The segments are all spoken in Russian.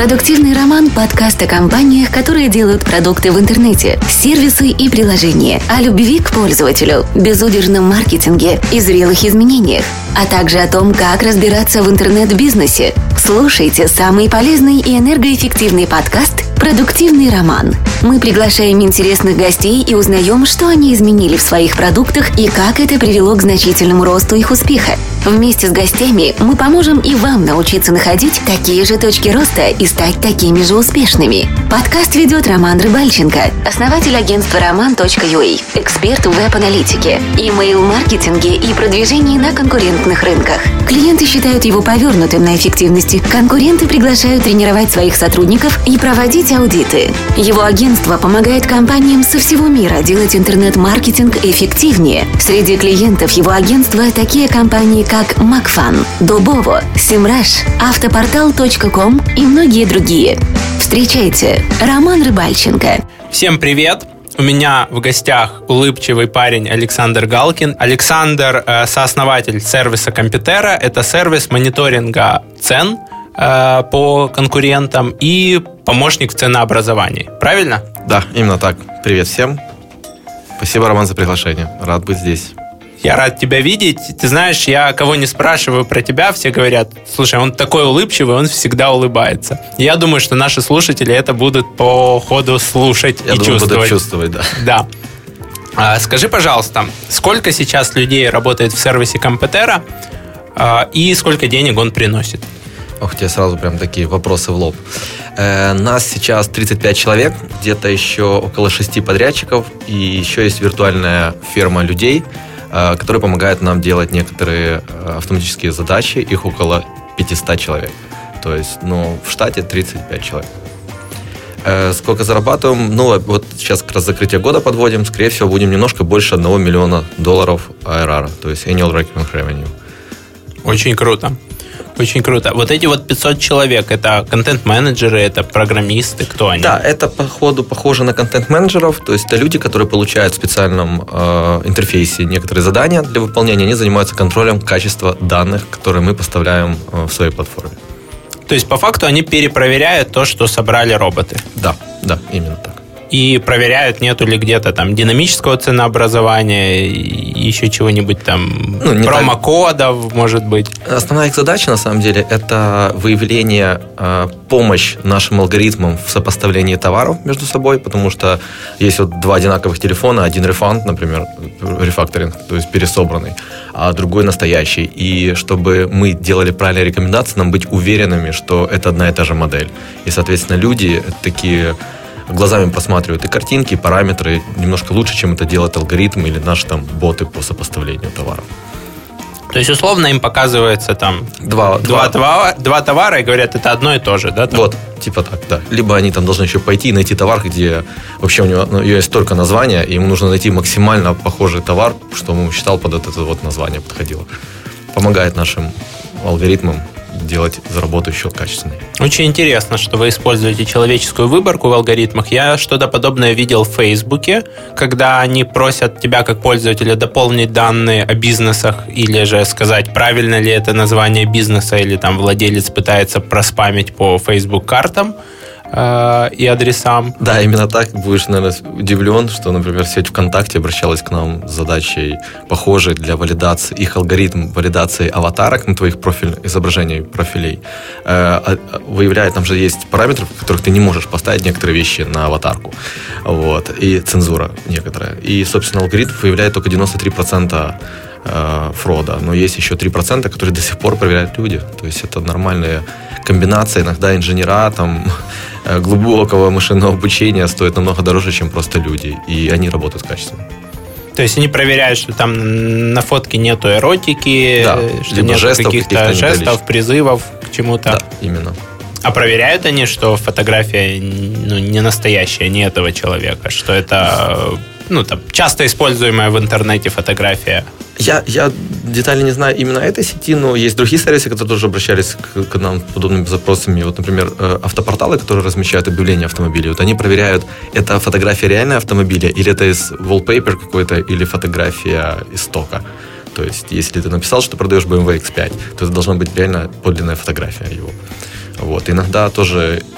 Продуктивный роман – подкаст о компаниях, которые делают продукты в интернете, сервисы и приложения, о любви к пользователю, безудержном маркетинге и зрелых изменениях, а также о том, как разбираться в интернет-бизнесе. Слушайте самый полезный и энергоэффективный подкаст «Продуктивный роман». Мы приглашаем интересных гостей и узнаем, что они изменили в своих продуктах и как это привело к значительному росту их успеха. Вместе с гостями мы поможем и вам научиться находить такие же точки роста и стать такими же успешными. Подкаст ведет Роман Рыбальченко, основатель агентства roman.ua, эксперт в веб-аналитике, имейл-маркетинге и продвижении на конкурентных рынках. Клиенты считают его повернутым на эффективности. Конкуренты приглашают тренировать своих сотрудников и проводить аудиты. Его агентство помогает компаниям со всего мира делать интернет-маркетинг эффективнее. Среди клиентов его агентства такие компании, как Макфан, Дубово, Симраш, Автопортал.ком и многие другие. Встречайте, Роман Рыбальченко. Всем привет! У меня в гостях улыбчивый парень Александр Галкин. Александр – сооснователь сервиса Компьютера. Это сервис мониторинга цен по конкурентам и помощник в ценообразовании. Правильно? Да, именно так. Привет всем. Спасибо, Роман, за приглашение. Рад быть здесь. Я рад тебя видеть. Ты знаешь, я кого не спрашиваю про тебя, все говорят: слушай, он такой улыбчивый, он всегда улыбается. Я думаю, что наши слушатели это будут по ходу слушать и чувствовать. Будут чувствовать, да. Да. Скажи, пожалуйста, сколько сейчас людей работает в сервисе Компьютера и сколько денег он приносит? Ох, тебе сразу прям такие вопросы в лоб. Нас сейчас 35 человек, где-то еще около 6 подрядчиков, и еще есть виртуальная ферма людей, которые помогают нам делать некоторые автоматические задачи. Их около 500 человек. То есть, в штате 35 человек. Сколько зарабатываем? Вот сейчас как раз закрытие года подводим. Скорее всего, будем немножко больше $1 миллиона ARR, то есть Annual Recurring Revenue. Очень круто. Очень круто. Вот эти 500 человек, это контент-менеджеры, это программисты, кто они? Да, это похоже на контент-менеджеров, то есть это люди, которые получают в специальном интерфейсе некоторые задания для выполнения, они занимаются контролем качества данных, которые мы поставляем в своей платформе. То есть по факту они перепроверяют то, что собрали роботы? Да, именно так. И проверяют, нету ли где-то там динамического ценообразования, еще чего-нибудь там, промокодов, может быть. Основная их задача, на самом деле, это выявление, помощь нашим алгоритмам в сопоставлении товаров между собой, потому что есть два одинаковых телефона, один рефанд, например, рефакторинг, то есть пересобранный, а другой настоящий. И чтобы мы делали правильные рекомендации, нам быть уверенными, что это одна и та же модель. И, соответственно, люди такие глазами просматривают и картинки, и параметры немножко лучше, чем это делает алгоритм или наши там боты по сопоставлению товаров. То есть, условно, им показывается там два товара и говорят, это одно и то же, да? Там? Вот, типа так, да. Либо они там должны еще пойти и найти товар, где вообще у него есть только название, и ему нужно найти максимально похожий товар, что он считал под это название подходило. Помогает нашим алгоритмам делать работу еще качественнее. Очень интересно, что вы используете человеческую выборку в алгоритмах. Я что-то подобное видел в Фейсбуке, когда они просят тебя как пользователя дополнить данные о бизнесах или же сказать, правильно ли это название бизнеса, или там владелец пытается проспамить по Facebook-картам и адресам. Да, именно так. Будешь, наверное, удивлен, что, например, сеть ВКонтакте обращалась к нам с задачей похожей для валидации, их алгоритм валидации аватарок на твоих изображений профилей. Выявляет, там же есть параметры, в которых ты не можешь поставить некоторые вещи на аватарку. Вот. И цензура некоторая. И, собственно, алгоритм выявляет только 93% фрода, но есть еще 3%, которые до сих пор проверяют люди. То есть это нормальная комбинация. Иногда инженера там глубокого машинного обучения стоят намного дороже, чем просто люди, и они работают качественно. То есть они проверяют, что там на фотке нету эротики, да, что нет каких-то жестов, призывов к чему-то. Да, именно. А проверяют они, что фотография не настоящая, не этого человека, что это часто используемая в интернете фотография? Я детально не знаю именно этой сети, но есть другие сервисы, которые тоже обращались к нам с подобными запросами. Вот, например, автопорталы, которые размещают объявления автомобилей, вот они проверяют, это фотография реального автомобиля, или это из wallpaper какой-то, или фотография из стока. То есть, если ты написал, что продаешь BMW X5, то это должна быть реально подлинная фотография его. Вот. Иногда тоже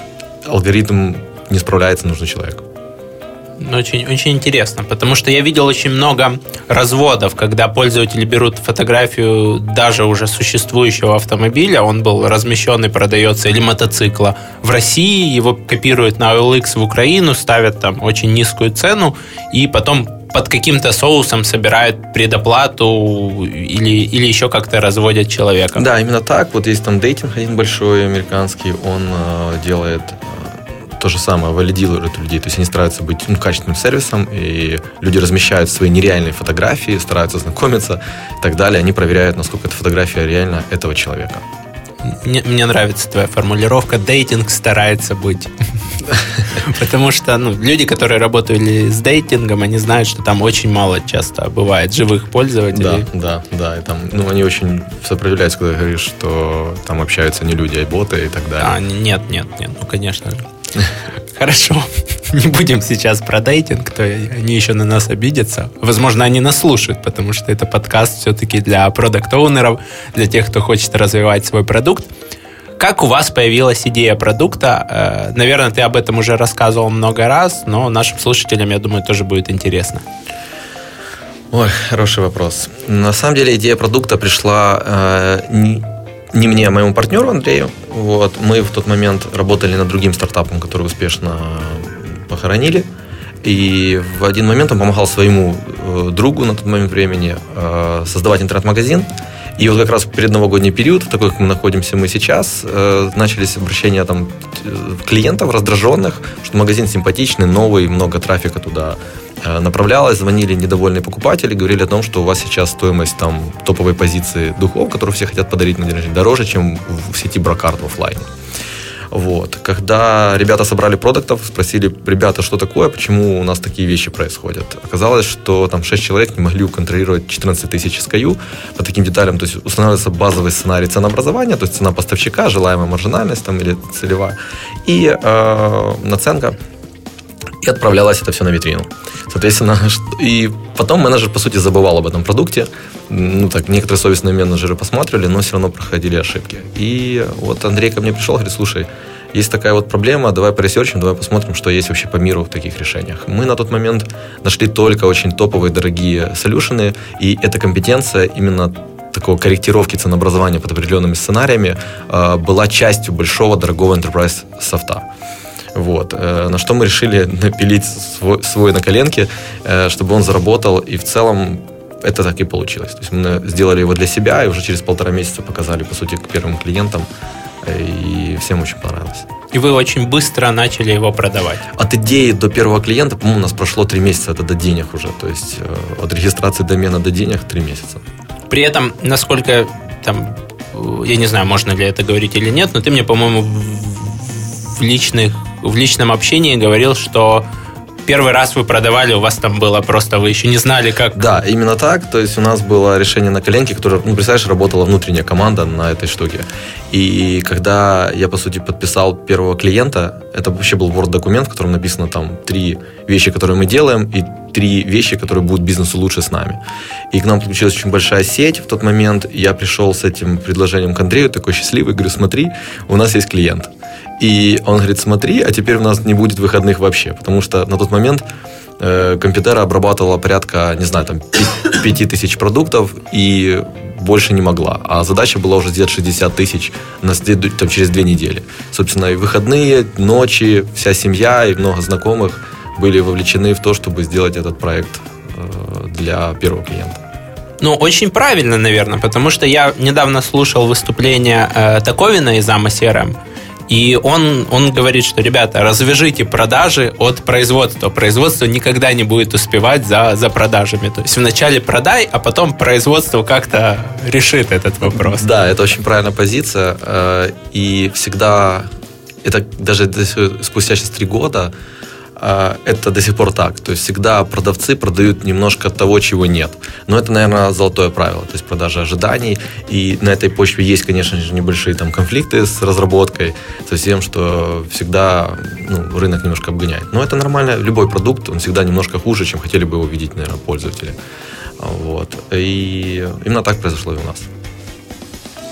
алгоритм не справляется, нужный человек. Очень, очень интересно, потому что я видел очень много разводов, когда пользователи берут фотографию даже уже существующего автомобиля, он был размещен и продается, или мотоцикла в России, его копируют на OLX в Украину, ставят там очень низкую цену, и потом под каким-то соусом собирают предоплату или еще как-то разводят человека. Да, именно так. Вот есть там дейтинг один большой американский, он делает то же самое, валидирует людей. То есть они стараются быть качественным сервисом, и люди размещают свои нереальные фотографии, стараются знакомиться и так далее. Они проверяют, насколько эта фотография реально этого человека. Мне нравится твоя формулировка. Дейтинг старается быть. Потому что люди, которые работали с дейтингом, они знают, что там очень мало часто бывает живых пользователей. Да. И там, они очень сопротивляются, когда говоришь, что там общаются не люди, а боты и так далее. Нет, конечно же. Хорошо. Не будем сейчас про дейтинг, то они еще на нас обидятся. Возможно, они нас слушают, потому что это подкаст все-таки для продакт-оунеров, для тех, кто хочет развивать свой продукт. Как у вас появилась идея продукта? Наверное, ты об этом уже рассказывал много раз, но нашим слушателям, я думаю, тоже будет интересно. Ой, хороший вопрос. На самом деле идея продукта пришла не мне, а моему партнеру Андрею. Вот. Мы в тот момент работали над другим стартапом, который успешно похоронили. И в один момент он помогал своему другу на тот момент времени создавать интернет-магазин. И вот как раз в предновогодний период, в такой, как мы находимся мы сейчас, начались обращения там клиентов раздраженных, что магазин симпатичный, новый, много трафика туда направлялось, звонили недовольные покупатели, говорили о том, что у вас сейчас стоимость там топовой позиции духов, которые все хотят подарить на день рождения, дороже, чем в сети Брокарт в офлайне. Вот. Когда ребята собрали продуктов, спросили, ребята, что такое, почему у нас такие вещи происходят. Оказалось, что там 6 человек не могли контролировать 14 тысяч SKU по таким деталям. То есть устанавливается базовый сценарий ценообразования, то есть цена поставщика, желаемая маржинальность там, или целевая, и наценка. И отправлялось это все на витрину. Соответственно, и потом менеджер, по сути, забывал об этом продукте. Некоторые совестные менеджеры посматривали, но все равно проходили ошибки. И вот Андрей ко мне пришел, говорит, слушай, есть такая вот проблема, давай поресерчим, давай посмотрим, что есть вообще по миру в таких решениях. Мы на тот момент нашли только очень топовые, дорогие солюшены, и эта компетенция именно такого корректировки ценообразования под определенными сценариями была частью большого, дорогого enterprise софта. Вот. На что мы решили напилить свой на коленке, чтобы он заработал, и в целом это так и получилось. То есть мы сделали его для себя, и уже через 1,5 месяца показали, по сути, к первым клиентам, и всем очень понравилось. И вы очень быстро начали его продавать. От идеи до первого клиента, по-моему, у нас прошло 3 месяца, это до денег уже. То есть от регистрации домена до денег 3 месяца. При этом, насколько там, я не знаю, можно ли это говорить или нет, но ты мне, по-моему, в личном общении говорил, что первый раз вы продавали, у вас там было просто, вы еще не знали, как... Да, именно так. То есть у нас было решение на коленке, которое, представляешь, работала внутренняя команда на этой штуке. И когда я, по сути, подписал первого клиента, это вообще был Word-документ, в котором написано там 3 вещи, которые мы делаем, и 3 вещи, которые будут бизнесу лучше с нами. И к нам подключилась очень большая сеть в тот момент. Я пришел с этим предложением к Андрею, такой счастливый, говорю, смотри, у нас есть клиент. И он говорит, смотри, а теперь у нас не будет выходных вообще, потому что на тот момент Компьютера обрабатывала порядка, не знаю, там 5000 продуктов и больше не могла. А задача была уже сделать 60 тысяч там, через 2 недели. Собственно, и выходные, ночи, вся семья и много знакомых были вовлечены в то, чтобы сделать этот проект для первого клиента. Ну, очень правильно, наверное, потому что я недавно слушал выступление Таковина из AMA CRM, и он говорит, что, ребята, развяжите продажи от производства. Производство никогда не будет успевать за продажами. То есть вначале продай, а потом производство как-то решит этот вопрос. Да, это очень правильная позиция. И всегда, это даже спустя сейчас 3 года, это до сих пор так. То есть всегда продавцы продают немножко того, чего нет. Но это, наверное, золотое правило. То есть продажа ожиданий. И на этой почве есть, конечно же, небольшие там конфликты с разработкой, со всем, что всегда рынок немножко обгоняет. Но это нормально. Любой продукт, он всегда немножко хуже, чем хотели бы его видеть, наверное, пользователи. Вот. И именно так произошло и у нас.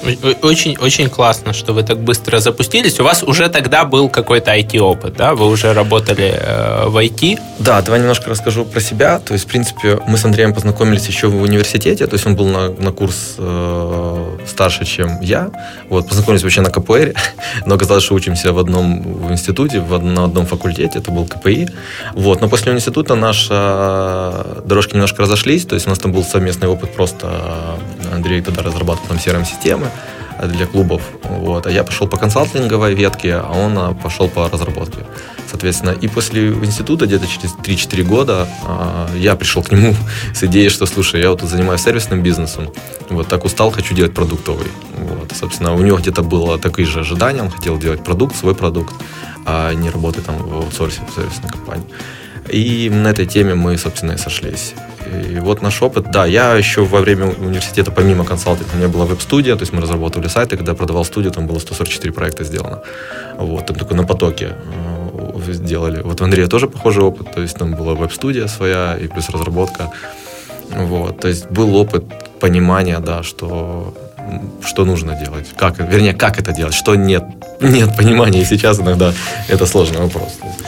Очень, очень классно, что вы так быстро запустились. У вас уже тогда был какой-то IT-опыт, да? Вы уже работали в IT? Да, давай немножко расскажу про себя. То есть, в принципе, мы с Андреем познакомились еще в университете. То есть, он был на курс старше, чем я. Вот, познакомились вообще на КПР. Но оказалось, что учимся в одном институте, на одном факультете. Это был КПИ. Вот, но после института наши дорожки немножко разошлись. То есть, у нас там был совместный опыт. Просто Андрей тогда разрабатывал там CRM-системы для клубов, вот, а я пошел по консалтинговой ветке, а он пошел по разработке. Соответственно, и после института, где-то через 3-4 года, я пришел к нему с идеей, что, слушай, я вот тут занимаюсь сервисным бизнесом, вот так устал, хочу делать продуктовый. Вот, собственно, у него где-то было такие же ожидания, он хотел делать продукт, свой продукт, а не работать там в аутсорсе, в сервисной компании. И на этой теме мы, собственно, и сошлись. И вот наш опыт, да, я еще во время университета, помимо консалтинга, у меня была веб-студия, то есть мы разрабатывали сайты, когда я продавал студию, там было 144 проекта сделано. Вот, там только на потоке сделали. Вот у Андрея тоже похожий опыт, то есть там была веб-студия своя и плюс разработка. Вот, то есть был опыт понимания, да, что нужно делать, как это делать, что нет понимания, и сейчас иногда это сложный вопрос.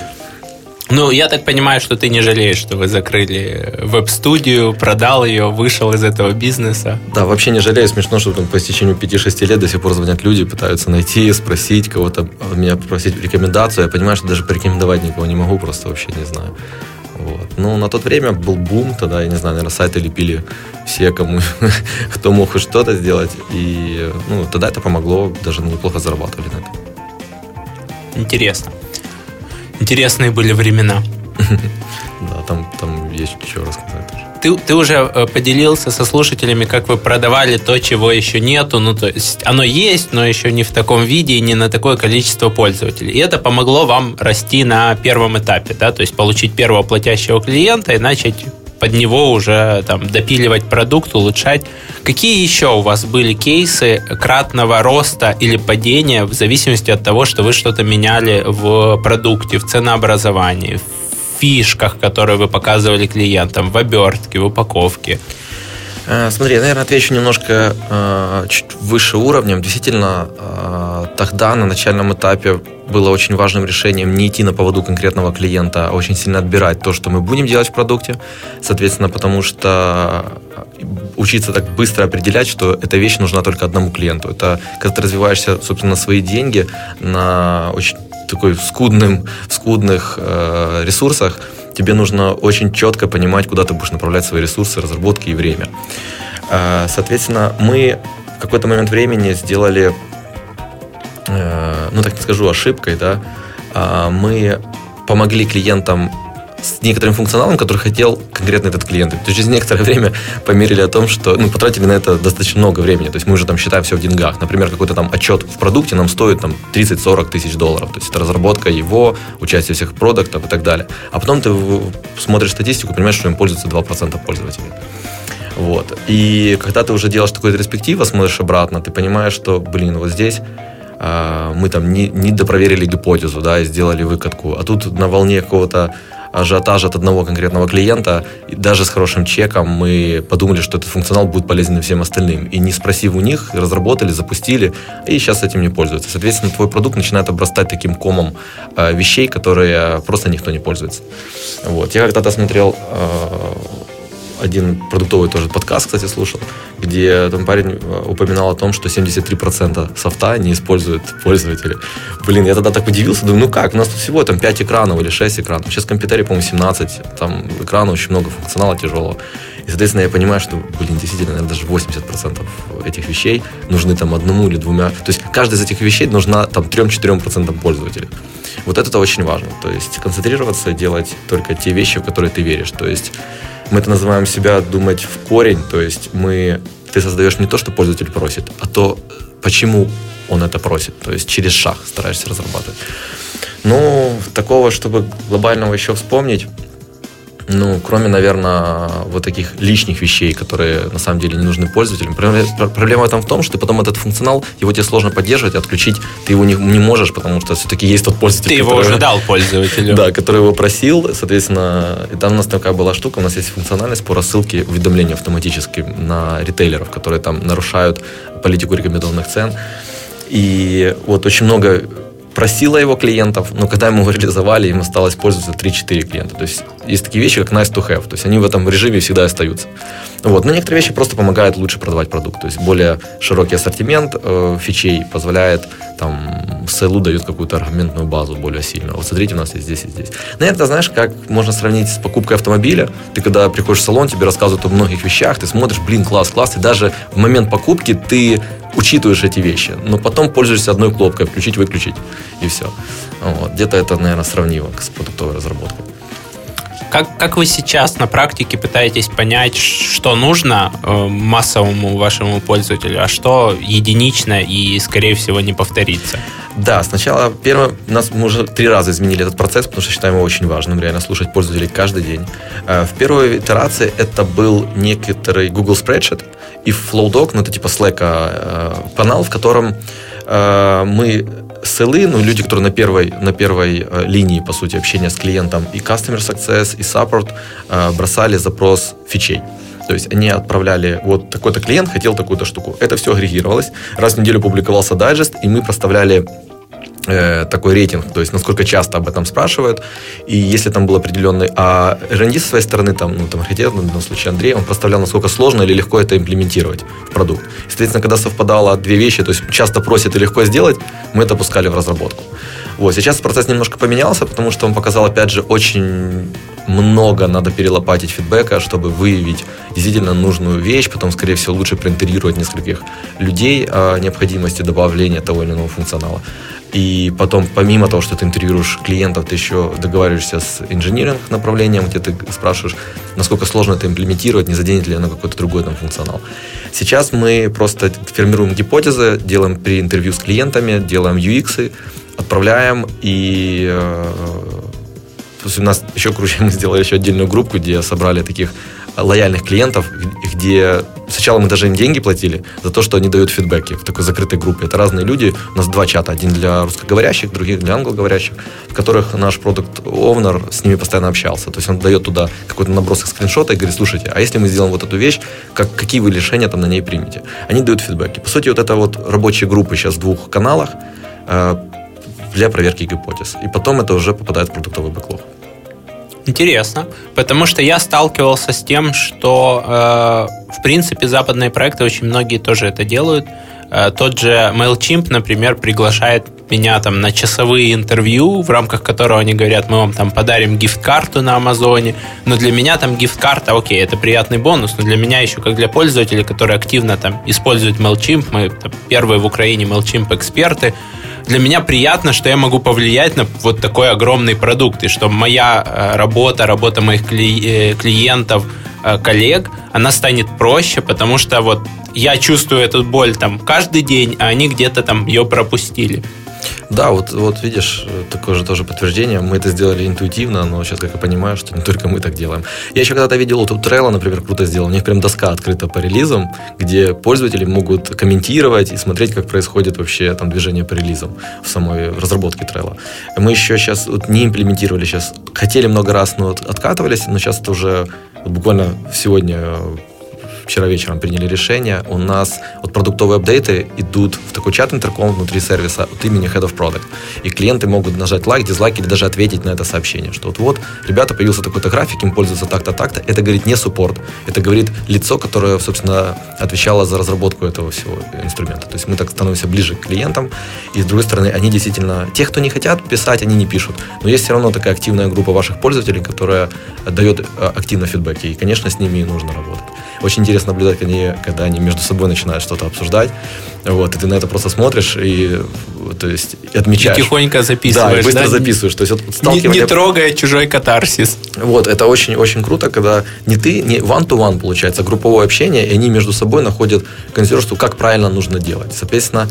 Ну, я так понимаю, что ты не жалеешь, что вы закрыли веб-студию, продал ее, вышел из этого бизнеса. Да, вообще не жалею. Смешно, что там по истечению 5-6 лет до сих пор звонят люди, пытаются найти, спросить кого-то, меня попросить рекомендацию. Я понимаю, что даже порекомендовать никого не могу, просто вообще не знаю. Вот. Ну, на тот время был бум, тогда, я не знаю, наверное, сайты лепили все, кто мог хоть что-то сделать. И тогда это помогло, даже неплохо зарабатывали на этом. Интересно. Интересные были времена. Да, там есть что рассказать тоже. Ты уже поделился со слушателями, как вы продавали то, чего еще нету. Ну, то есть оно есть, но еще не в таком виде и не на такое количество пользователей. И это помогло вам расти на первом этапе, да, то есть получить первого платящего клиента и начать под него уже там допиливать продукт, улучшать. Какие еще у вас были кейсы кратного роста или падения в зависимости от того, что вы что-то меняли в продукте, в ценообразовании, в фишках, которые вы показывали клиентам, в обертке, в упаковке? Смотри, наверное, отвечу немножко чуть выше уровнем. Действительно, тогда на начальном этапе было очень важным решением не идти на поводу конкретного клиента, а очень сильно отбирать то, что мы будем делать в продукте. Соответственно, потому что учиться так быстро определять, что эта вещь нужна только одному клиенту. Это когда ты развиваешься, собственно, на свои деньги, на очень такой скудных ресурсах, тебе нужно очень четко понимать, куда ты будешь направлять свои ресурсы, разработки и время. Соответственно, мы в какой-то момент времени сделали, так не скажу, ошибкой, да, мы помогли клиентам с некоторым функционалом, который хотел конкретно этот клиент. То есть через некоторое время померили о том, что потратили на это достаточно много времени. То есть мы уже там считаем все в деньгах. Например, какой-то там отчет в продукте нам стоит там 30-40 тысяч долларов. То есть это разработка его, участие всех продуктов и так далее. А потом ты смотришь статистику, понимаешь, что им пользуется 2% пользователей. Вот. И когда ты уже делаешь такую ретроспективу, смотришь обратно, ты понимаешь, что, вот здесь мы там не допроверили гипотезу, да, и сделали выкатку. А тут на волне какого-то ажиотажа от одного конкретного клиента, и даже с хорошим чеком мы подумали, что этот функционал будет полезен всем остальным. И не спросив у них, разработали, запустили, и сейчас этим не пользуются. Соответственно, твой продукт начинает обрастать таким комом вещей, которые просто никто не пользуется. Вот. Я когда-то смотрел один продуктовый тоже подкаст, кстати, слушал, где там парень упоминал о том, что 73% софта не используют пользователи. Я тогда так удивился, думаю, как? У нас тут всего там 5 экранов или 6 экранов. Сейчас в компьютере, по-моему, 17, там экранов очень много, функционала тяжелого. И, соответственно, я понимаю, что, действительно, наверное, даже 80% этих вещей нужны там одному или двумя. То есть каждая из этих вещей нужна там 3-4% пользователей. Вот это очень важно. То есть концентрироваться, делать только те вещи, в которые ты веришь. То есть мы это называем себя думать в корень, то есть ты создаешь не то, что пользователь просит, а то, почему он это просит, то есть через шаг стараешься разрабатывать. Такого, чтобы глобального еще вспомнить, Ну, кроме, наверное, вот таких лишних вещей, которые на самом деле не нужны пользователям. Проблема там в том, что ты потом этот функционал, его тебе сложно поддерживать, отключить ты его не можешь, потому что все-таки есть тот пользователь, ты его уже дал пользователю. Да, который его просил, соответственно, и там у нас такая была штука, у нас есть функциональность по рассылке уведомлений автоматически на ритейлеров, которые там нарушают политику рекомендованных цен. И вот очень много просила его клиентов, но когда ему реализовали, им осталось пользоваться 3-4 клиента. То есть есть такие вещи, как nice to have. То есть они в этом режиме всегда остаются. Вот. Но некоторые вещи просто помогают лучше продавать продукт. То есть более широкий ассортимент фичей позволяет, там, сейлу дают какую-то аргументную базу более сильную. Вот смотрите, у нас есть здесь и здесь. Наверное, это, знаешь, как можно сравнить с покупкой автомобиля. Ты когда приходишь в салон, тебе рассказывают о многих вещах, ты смотришь, класс, и даже в момент покупки ты учитываешь эти вещи, но потом пользуешься одной кнопкой включить-выключить, и все. Вот. Где-то это, наверное, сравнимо с продуктовой разработкой. Как вы сейчас на практике пытаетесь понять, что нужно массовому вашему пользователю, а что единично и, скорее всего, не повторится? Да, сначала мы уже 3 раза изменили этот процесс, потому что считаем его очень важным, реально слушать пользователей каждый день. В первой итерации это был некоторый Google Spreadsheet и FlowDoc, это типа Slack канал, в котором мы селы, люди, которые на первой линии, по сути, общения с клиентом, и Customer Success, и Support бросали запрос фичей. То есть они отправляли, вот такой-то клиент хотел такую-то штуку. Это все агрегировалось. Раз в неделю публиковался дайджест, и мы проставляли такой рейтинг, то есть насколько часто об этом спрашивают, и если там был определенный, а R&D со своей стороны, там архитектор, в данном случае Андрей, он проставлял, насколько сложно или легко это имплементировать в продукт. И, соответственно, когда совпадало 2 вещи, то есть часто просят и легко сделать, мы это пускали в разработку. Вот, сейчас процесс немножко поменялся, потому что он показал, опять же, очень много надо перелопатить фидбэка, чтобы выявить действительно нужную вещь, потом, скорее всего, лучше проинтервьюировать нескольких людей о необходимости добавления того или иного функционала. И потом, помимо того, что ты интервьюируешь клиентов, ты еще договариваешься с инжиниринг направлением, где ты спрашиваешь, насколько сложно это имплементировать, не заденет ли оно какой-то другой там функционал. Сейчас мы просто формируем гипотезы, делаем pre-интервью с клиентами, делаем UX, отправляем, и у нас еще круче, мы сделали еще отдельную группу, где собрали таких лояльных клиентов, где сначала мы даже им деньги платили за то, что они дают фидбэки в такой закрытой группе. Это разные люди. У нас 2 чата. Один для русскоговорящих, других для англоговорящих, в которых наш продукт-овнер с ними постоянно общался. То есть он дает туда какой-то набросок скриншота и говорит, слушайте, а если мы сделаем вот эту вещь, какие вы решения там на ней примете? Они дают фидбэки. По сути, вот это вот рабочие группы сейчас в 2 каналах для проверки гипотез. И потом это уже попадает в продуктовый бэклог. Интересно, потому что я сталкивался с тем, что, в принципе, западные проекты, очень многие тоже это делают. Тот же MailChimp, например, приглашает меня там на часовые интервью, в рамках которого они говорят, мы вам там подарим гифт-карту на Амазоне, но для меня там гифт-карта, окей, это приятный бонус, но для меня еще, как для пользователя, который активно там использует MailChimp, мы там, первые в Украине MailChimp-эксперты, для меня приятно, что я могу повлиять на вот такой огромный продукт, и что моя работа моих клиентов, коллег, она станет проще, потому что вот я чувствую эту боль там каждый день, а они где-то там ее пропустили. Да, вот видишь, такое же тоже подтверждение. Мы это сделали интуитивно, но сейчас, как я понимаю, что не только мы так делаем. Я еще когда-то видел, вот у Trello, например, круто сделал. У них прям доска открыта по релизам, где пользователи могут комментировать и смотреть, как происходит вообще там движение по релизам в самой разработке Trello. Мы еще сейчас не имплементировали, сейчас хотели много раз, но откатывались, но сейчас это уже буквально сегодня, вчера вечером приняли решение. У нас вот продуктовые апдейты идут в такой чат-интерком внутри сервиса от имени Head of Product. И клиенты могут нажать лайк, дизлайк или даже ответить на это сообщение, что вот, ребята, появился такой-то график, им пользуются так-то, так-то. Это говорит не суппорт, это говорит лицо, которое, собственно, отвечало за разработку этого всего инструмента. То есть мы так становимся ближе к клиентам. И, с другой стороны, они действительно... Те, кто не хотят писать, они не пишут. Но есть все равно такая активная группа ваших пользователей, которая дает активно фидбэки. И, конечно, с ними нужно работать. Очень интересно наблюдать, когда они между собой начинают что-то обсуждать. Вот, и ты на это просто смотришь и, то есть, отмечаешь. И тихонько записываешь. Да, и быстро записываешь. То есть, вот, сталкивание... не трогая чужой катарсис. Вот, это очень-очень круто, когда не one-to-one получается, а групповое общение, и они между собой находят консенсус, как правильно нужно делать. Соответственно,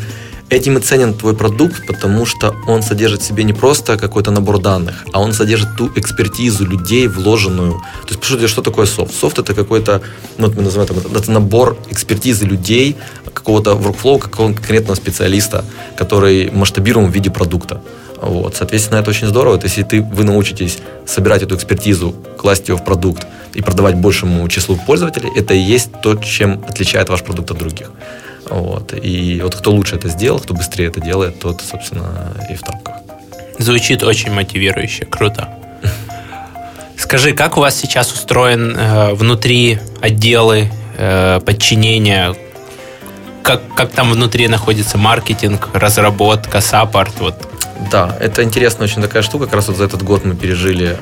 Этим и ценен твой продукт, потому что он содержит в себе не просто какой-то набор данных, а он содержит ту экспертизу людей, вложенную. То есть, по сути, что такое софт? Софт — это какой-то, мы называем это набор экспертизы людей, какого-то workflow, какого-то конкретного специалиста, который масштабируем в виде продукта. Вот. Соответственно, это очень здорово. То есть, если вы научитесь собирать эту экспертизу, класть ее в продукт и продавать большему числу пользователей, это и есть то, чем отличает ваш продукт от других. Вот. И вот кто лучше это сделал, кто быстрее это делает, тот, собственно, и в топках. Звучит очень мотивирующе, круто. Скажи, как у вас сейчас устроен внутри отделы, подчинения? Как там внутри находится маркетинг, разработка, саппорт? Вот. Да, это интересная очень такая штука. Как раз вот за этот год мы пережили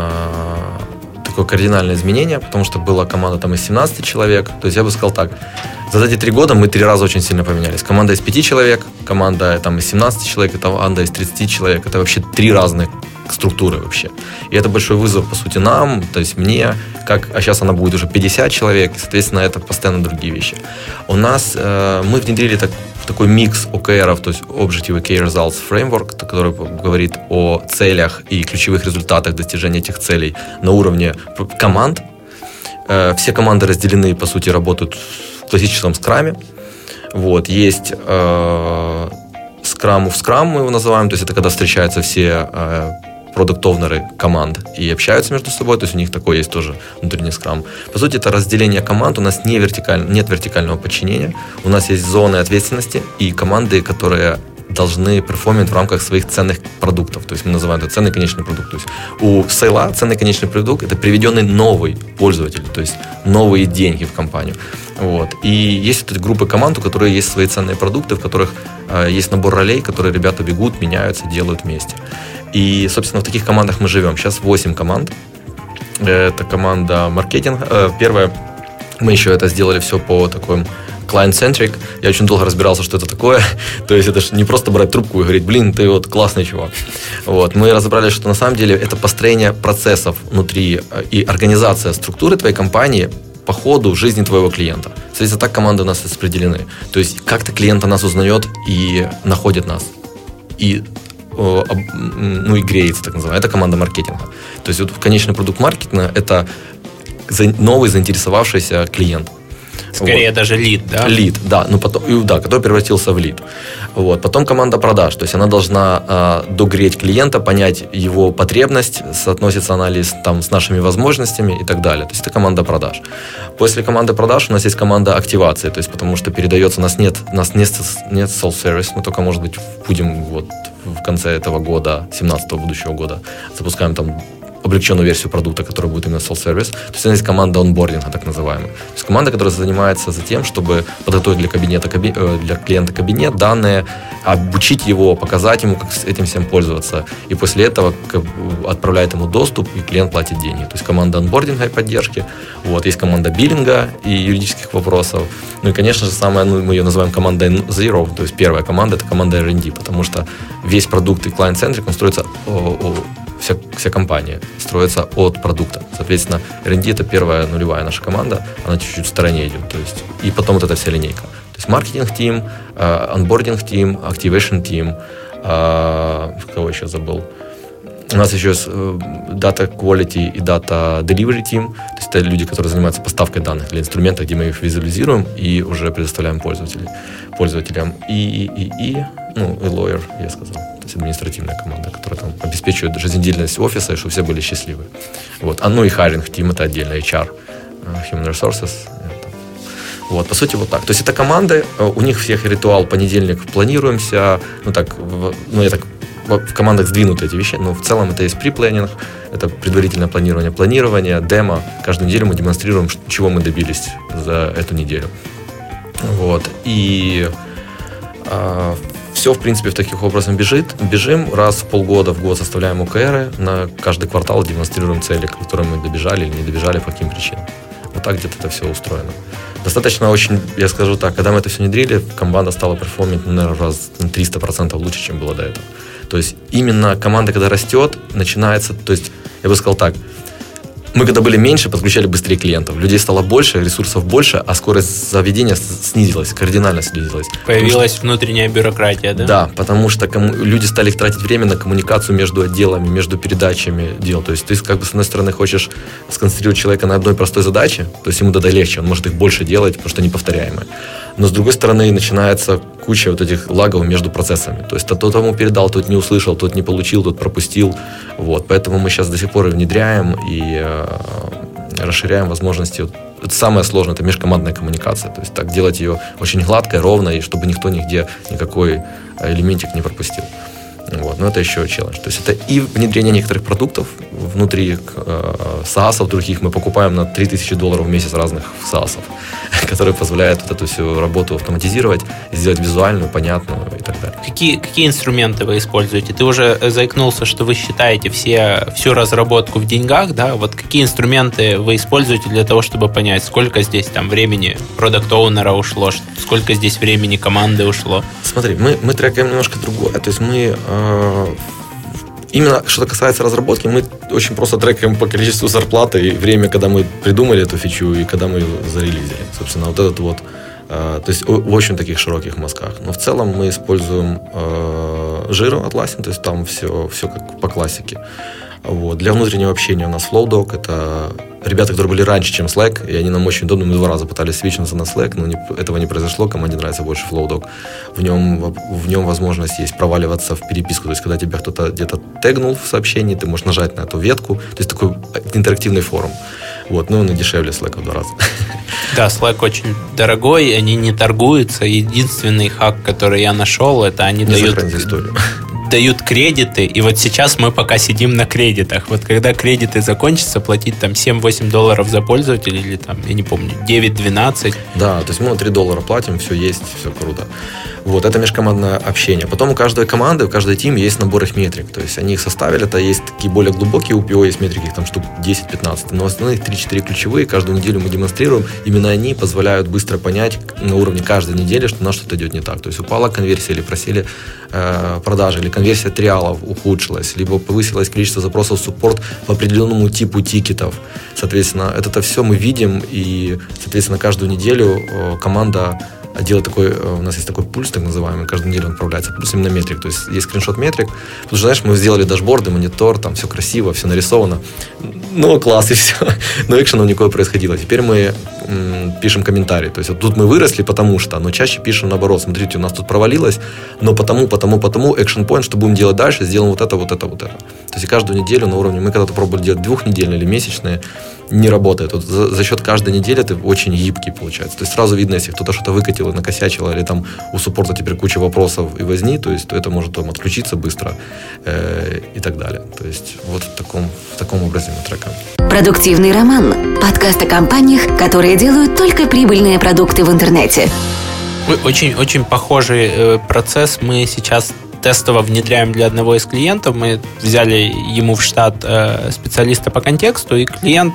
такое кардинальное изменение, потому что была команда там из 17 человек. То есть я бы сказал так, за эти 3 года мы 3 раза очень сильно поменялись. Команда из 5 человек, команда там из 17 человек, команда из 30 человек. Это вообще 3 разных структуры вообще. И это большой вызов, по сути, нам, то есть мне, а сейчас она будет уже 50 человек, и, соответственно, это постоянно другие вещи. У нас, мы внедрили такой микс OKR, то есть Objective Key Results Framework, который говорит о целях и ключевых результатах достижения этих целей на уровне команд. Все команды разделены, по сути, работают в классическом скраме. Вот, есть скрам в скрам, мы его называем, то есть это когда встречаются все продукт-овнеры команд и общаются между собой, то есть у них такой есть тоже внутренний скрам. По сути, это разделение команд, у нас нет вертикального подчинения, у нас есть зоны ответственности и команды, которые должны перформить в рамках своих ценных продуктов, то есть мы называем это ценный конечный продукт. То есть у сейла ценный конечный продукт — это приведенный новый пользователь, то есть новые деньги в компанию. Вот. И есть вот эти группы команд, у которых есть свои ценные продукты, в которых есть набор ролей, которые ребята бегут, меняются, делают вместе. И, собственно, в таких командах мы живем. Сейчас 8 команд. Это команда маркетинга. Первое, мы еще это сделали все по такому client-centric. Я очень долго разбирался, что это такое. То есть это же не просто брать трубку и говорить, блин, ты вот классный чувак. Вот. Мы разобрались, что на самом деле это построение процессов внутри и организация структуры твоей компании по ходу жизни твоего клиента. Соответственно, так команды у нас распределены. То есть как-то клиент о нас узнает и находит нас. И и греется, так называемая. Это команда маркетинга. То есть вот конечный продукт маркетинга — это новый заинтересовавшийся клиент. Скорее вот. Даже лид, да? Лид, да, который превратился в лид. Вот. Потом команда продаж, то есть она должна догреть клиента, понять его потребность, соотносится анализ там с нашими возможностями и так далее. То есть это команда продаж. После команды продаж у нас есть команда активации, то есть потому что передается, у нас нет self-service, мы только, может быть, будем вот в конце этого года, 17-го будущего года, запускаем там облегченную версию продукта, которая будет именно self-service. То есть у нас есть команда онбординга, так называемая. То есть команда, которая занимается тем, чтобы подготовить для клиента кабинет, данные, обучить его, показать ему, как этим всем пользоваться. И после этого отправляет ему доступ, и клиент платит деньги. То есть команда онбординга и поддержки. Вот. Есть команда биллинга и юридических вопросов. Ну и, конечно же, мы ее называем командой Zero. То есть первая команда — это команда R&D, потому что весь продукт и client-centric, он строится вся компания строится от продукта. Соответственно, R&D — это первая нулевая наша команда, она чуть-чуть в стороне идет. То есть, и потом вот эта вся линейка. То есть маркетинг-тим, онбординг-тим, activation-тим, кого еще забыл? У нас еще есть Data Quality и Data Delivery Team. То есть это люди, которые занимаются поставкой данных для инструмента, где мы их визуализируем и уже предоставляем пользователям. И lawyer, я сказал. То есть административная команда, которая там обеспечивает жизнедеятельность офиса, и чтобы все были счастливы. Вот. И hiring team — это отдельно HR, Human Resources. Вот, по сути, вот так. То есть это команды, у них всех ритуал понедельник планируемся, в командах сдвинуты эти вещи, но в целом это есть pre-planning, это предварительное планирование, демо. Каждую неделю мы демонстрируем, чего мы добились за эту неделю. Вот. И все, в принципе, в таких образом бежим. Раз в полгода, в год составляем ОКРы, на каждый квартал демонстрируем цели, к которым мы добежали или не добежали, по каким причинам. Вот так где-то это все устроено. Достаточно очень, я скажу так, когда мы это все внедрили, команда стала перформить, наверное, раз на 300% лучше, чем было до этого. То есть именно команда, когда растет, начинается, то есть я бы сказал так, Мы когда были меньше, подключали быстрее клиентов. Людей стало больше, ресурсов больше, а скорость заведения снизилась, кардинально снизилась. Появилась внутренняя бюрократия, да? Да, потому что люди стали тратить время на коммуникацию между отделами, между передачами дел. То есть ты, как бы, с одной стороны, хочешь сконцентрировать человека на одной простой задаче, то есть ему тогда легче, он может их больше делать, потому что они повторяемые. Но с другой стороны, начинается куча вот этих лагов между процессами. То есть тот ему передал, тот не услышал, тот не получил, тот пропустил. Вот. Поэтому мы сейчас до сих пор внедряем и расширяем возможности. Это самое сложное, это межкомандная коммуникация. То есть так делать ее очень гладко, ровно, и чтобы никто нигде никакой элементик не пропустил. Вот. Но это еще челлендж. То есть это и внедрение некоторых продуктов внутри SaaS, других. Мы покупаем на $3000 в месяц разных SaaS, которые позволяют вот эту всю работу автоматизировать, сделать визуальную, понятную и так далее. Какие инструменты вы используете? Ты уже заикнулся, что вы считаете всю разработку в деньгах, да? Вот какие инструменты вы используете для того, чтобы понять, сколько здесь там времени продакт-оунера ушло, сколько здесь времени команды ушло? Смотри, мы трекаем немножко другое. То есть мы именно что касается разработки, мы очень просто трекаем по количеству зарплаты и время, когда мы придумали эту фичу и когда мы ее зарелизили. Собственно, вот этот вот, то есть в очень таких широких мазках. Но в целом мы используем Jira, Atlassian, то есть там все как по классике. Вот. Для внутреннего общения у нас FlowDog, это ребята, которые были раньше, чем Slack, и они нам очень удобны. Мы 2 раза пытались свитчнуться на Slack, но этого не произошло. Команде нравится больше FlowDog. В нем возможность есть проваливаться в переписку. То есть, когда тебя кто-то где-то тегнул в сообщении, ты можешь нажать на эту ветку. То есть, такой интерактивный форум. Вот. Ну, он и дешевле Slack в 2 раза. Да, Slack очень дорогой, они не торгуются. Единственный хак, который я нашел, это они дают кредиты, и вот сейчас мы пока сидим на кредитах. Вот когда кредиты закончатся, платить там $7-8 за пользователя, или там, я не помню, 9-12. Да, то есть мы $3 платим, все есть, все круто. Вот, это межкомандное общение. Потом у каждой команды, у каждой тим есть набор их метрик. То есть они их составили, это есть такие более глубокие UPO, есть метрики, их там штук 10-15. Но основных 3-4 ключевые, каждую неделю мы демонстрируем. Именно они позволяют быстро понять на уровне каждой недели, что у нас что-то идет не так. То есть упала конверсия, или просели продажи, или конверсия триалов ухудшилась, либо повысилось количество запросов в суппорт по определенному типу тикетов. Соответственно, это все мы видим, и, соответственно, каждую неделю команда делает такой, у нас есть такой пульс, так называемый, каждую неделю он отправляется, пульс именно метрик, то есть есть скриншот метрик, потому что, знаешь, мы сделали дашборды, монитор, там все красиво, все нарисовано, ну, класс, и все, но экшена никакого происходило. Теперь мы пишем комментарий, то есть вот тут мы выросли, потому что, но чаще пишем наоборот, смотрите, у нас тут провалилось, но потому, action point, что будем делать дальше, сделаем вот это. То есть каждую неделю на уровне, мы когда-то пробовали делать 2-недельные или месячные, не работает. Вот за счет каждой недели ты очень гибкий получается. То есть сразу видно, если кто-то что-то выкатил и накосячил, или там у суппорта теперь куча вопросов и возни, то есть то это может там отключиться быстро и так далее. То есть вот в таком образе мы трекаем. Продуктивный роман. Подкаст о компаниях, которые делают только прибыльные продукты в интернете. Очень похожий процесс мы сейчас тестово внедряем для одного из клиентов. Мы взяли ему в штат специалиста по контексту, и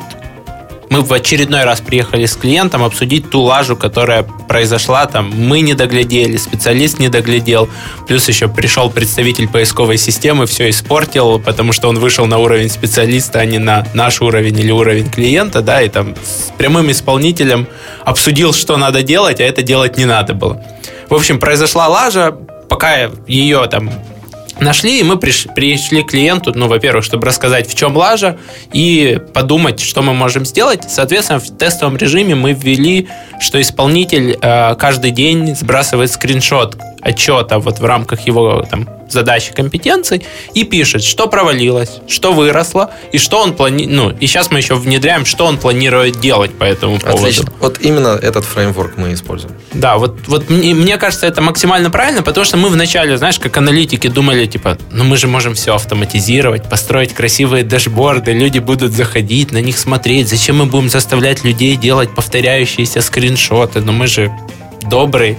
мы в очередной раз приехали с клиентом обсудить ту лажу, которая произошла. Там мы не доглядели, специалист не доглядел, плюс еще пришел представитель поисковой системы, все испортил, потому что он вышел на уровень специалиста, а не на наш уровень или уровень клиента, да, и там с прямым исполнителем обсудил, что надо делать, а это делать не надо было. В общем, произошла лажа. Пока ее там нашли, и мы пришли к клиенту, во-первых, чтобы рассказать, в чем лажа, и подумать, что мы можем сделать. Соответственно, в тестовом режиме мы ввели, что исполнитель каждый день сбрасывает скриншот отчета вот в рамках его там задач и компетенций и пишет, что провалилось, что выросло, и что он планирует. И сейчас мы еще внедряем, что он планирует делать по этому поводу. Отлично. Вот именно этот фреймворк мы используем. Да, вот мне кажется, это максимально правильно, потому что мы вначале, знаешь, как аналитики думали, типа, мы же можем все автоматизировать, построить красивые дашборды, люди будут заходить, на них смотреть, зачем мы будем заставлять людей делать повторяющиеся скриншоты, но мы же добрые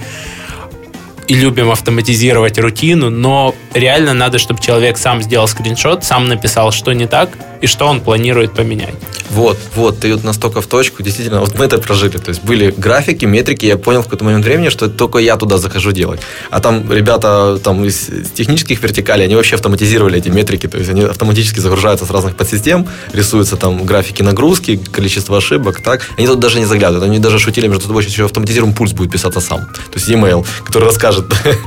и любим автоматизировать рутину, но реально надо, чтобы человек сам сделал скриншот, сам написал, что не так, и что он планирует поменять. Вот, ты вот настолько в точку, действительно, вот мы это прожили, то есть были графики, метрики, я понял в какой-то момент времени, что это только я туда захожу делать, а там ребята там из технических вертикалей, они вообще автоматизировали эти метрики, то есть они автоматически загружаются с разных подсистем, рисуются там графики нагрузки, количество ошибок, так, они тут даже не заглядывают, они даже шутили между собой, что еще автоматизируем пульс будет писаться сам, то есть e-mail, который расскажет,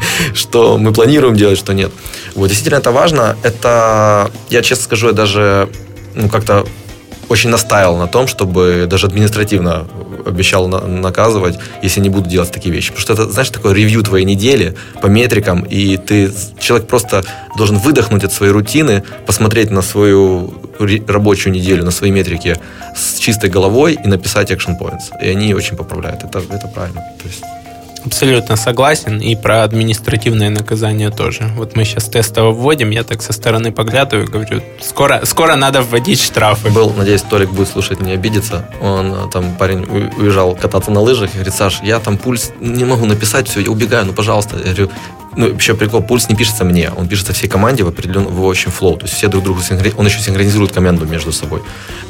что мы планируем делать, что нет. Вот, действительно, это важно, это, я честно скажу, я даже, как-то очень настаивал на том, чтобы даже административно обещал наказывать, если не буду делать такие вещи. Потому что это, знаешь, такое ревью твоей недели по метрикам, и человек просто должен выдохнуть от своей рутины, посмотреть на свою рабочую неделю, на свои метрики с чистой головой и написать action points. И они очень поправляют. Это правильно. То есть... Абсолютно согласен. И про административное наказание тоже. Вот мы сейчас тестово вводим, я так со стороны поглядываю, говорю, скоро надо вводить штрафы. Надеюсь, Толик будет слушать, не обидится. Там парень уезжал кататься на лыжах и говорит: Саш, я там пульс не могу написать, все, я убегаю, пожалуйста. Я говорю, еще прикол, пульс не пишется мне, он пишется всей команде в очень флоу, то есть все друг другу он еще синхронизирует команду между собой.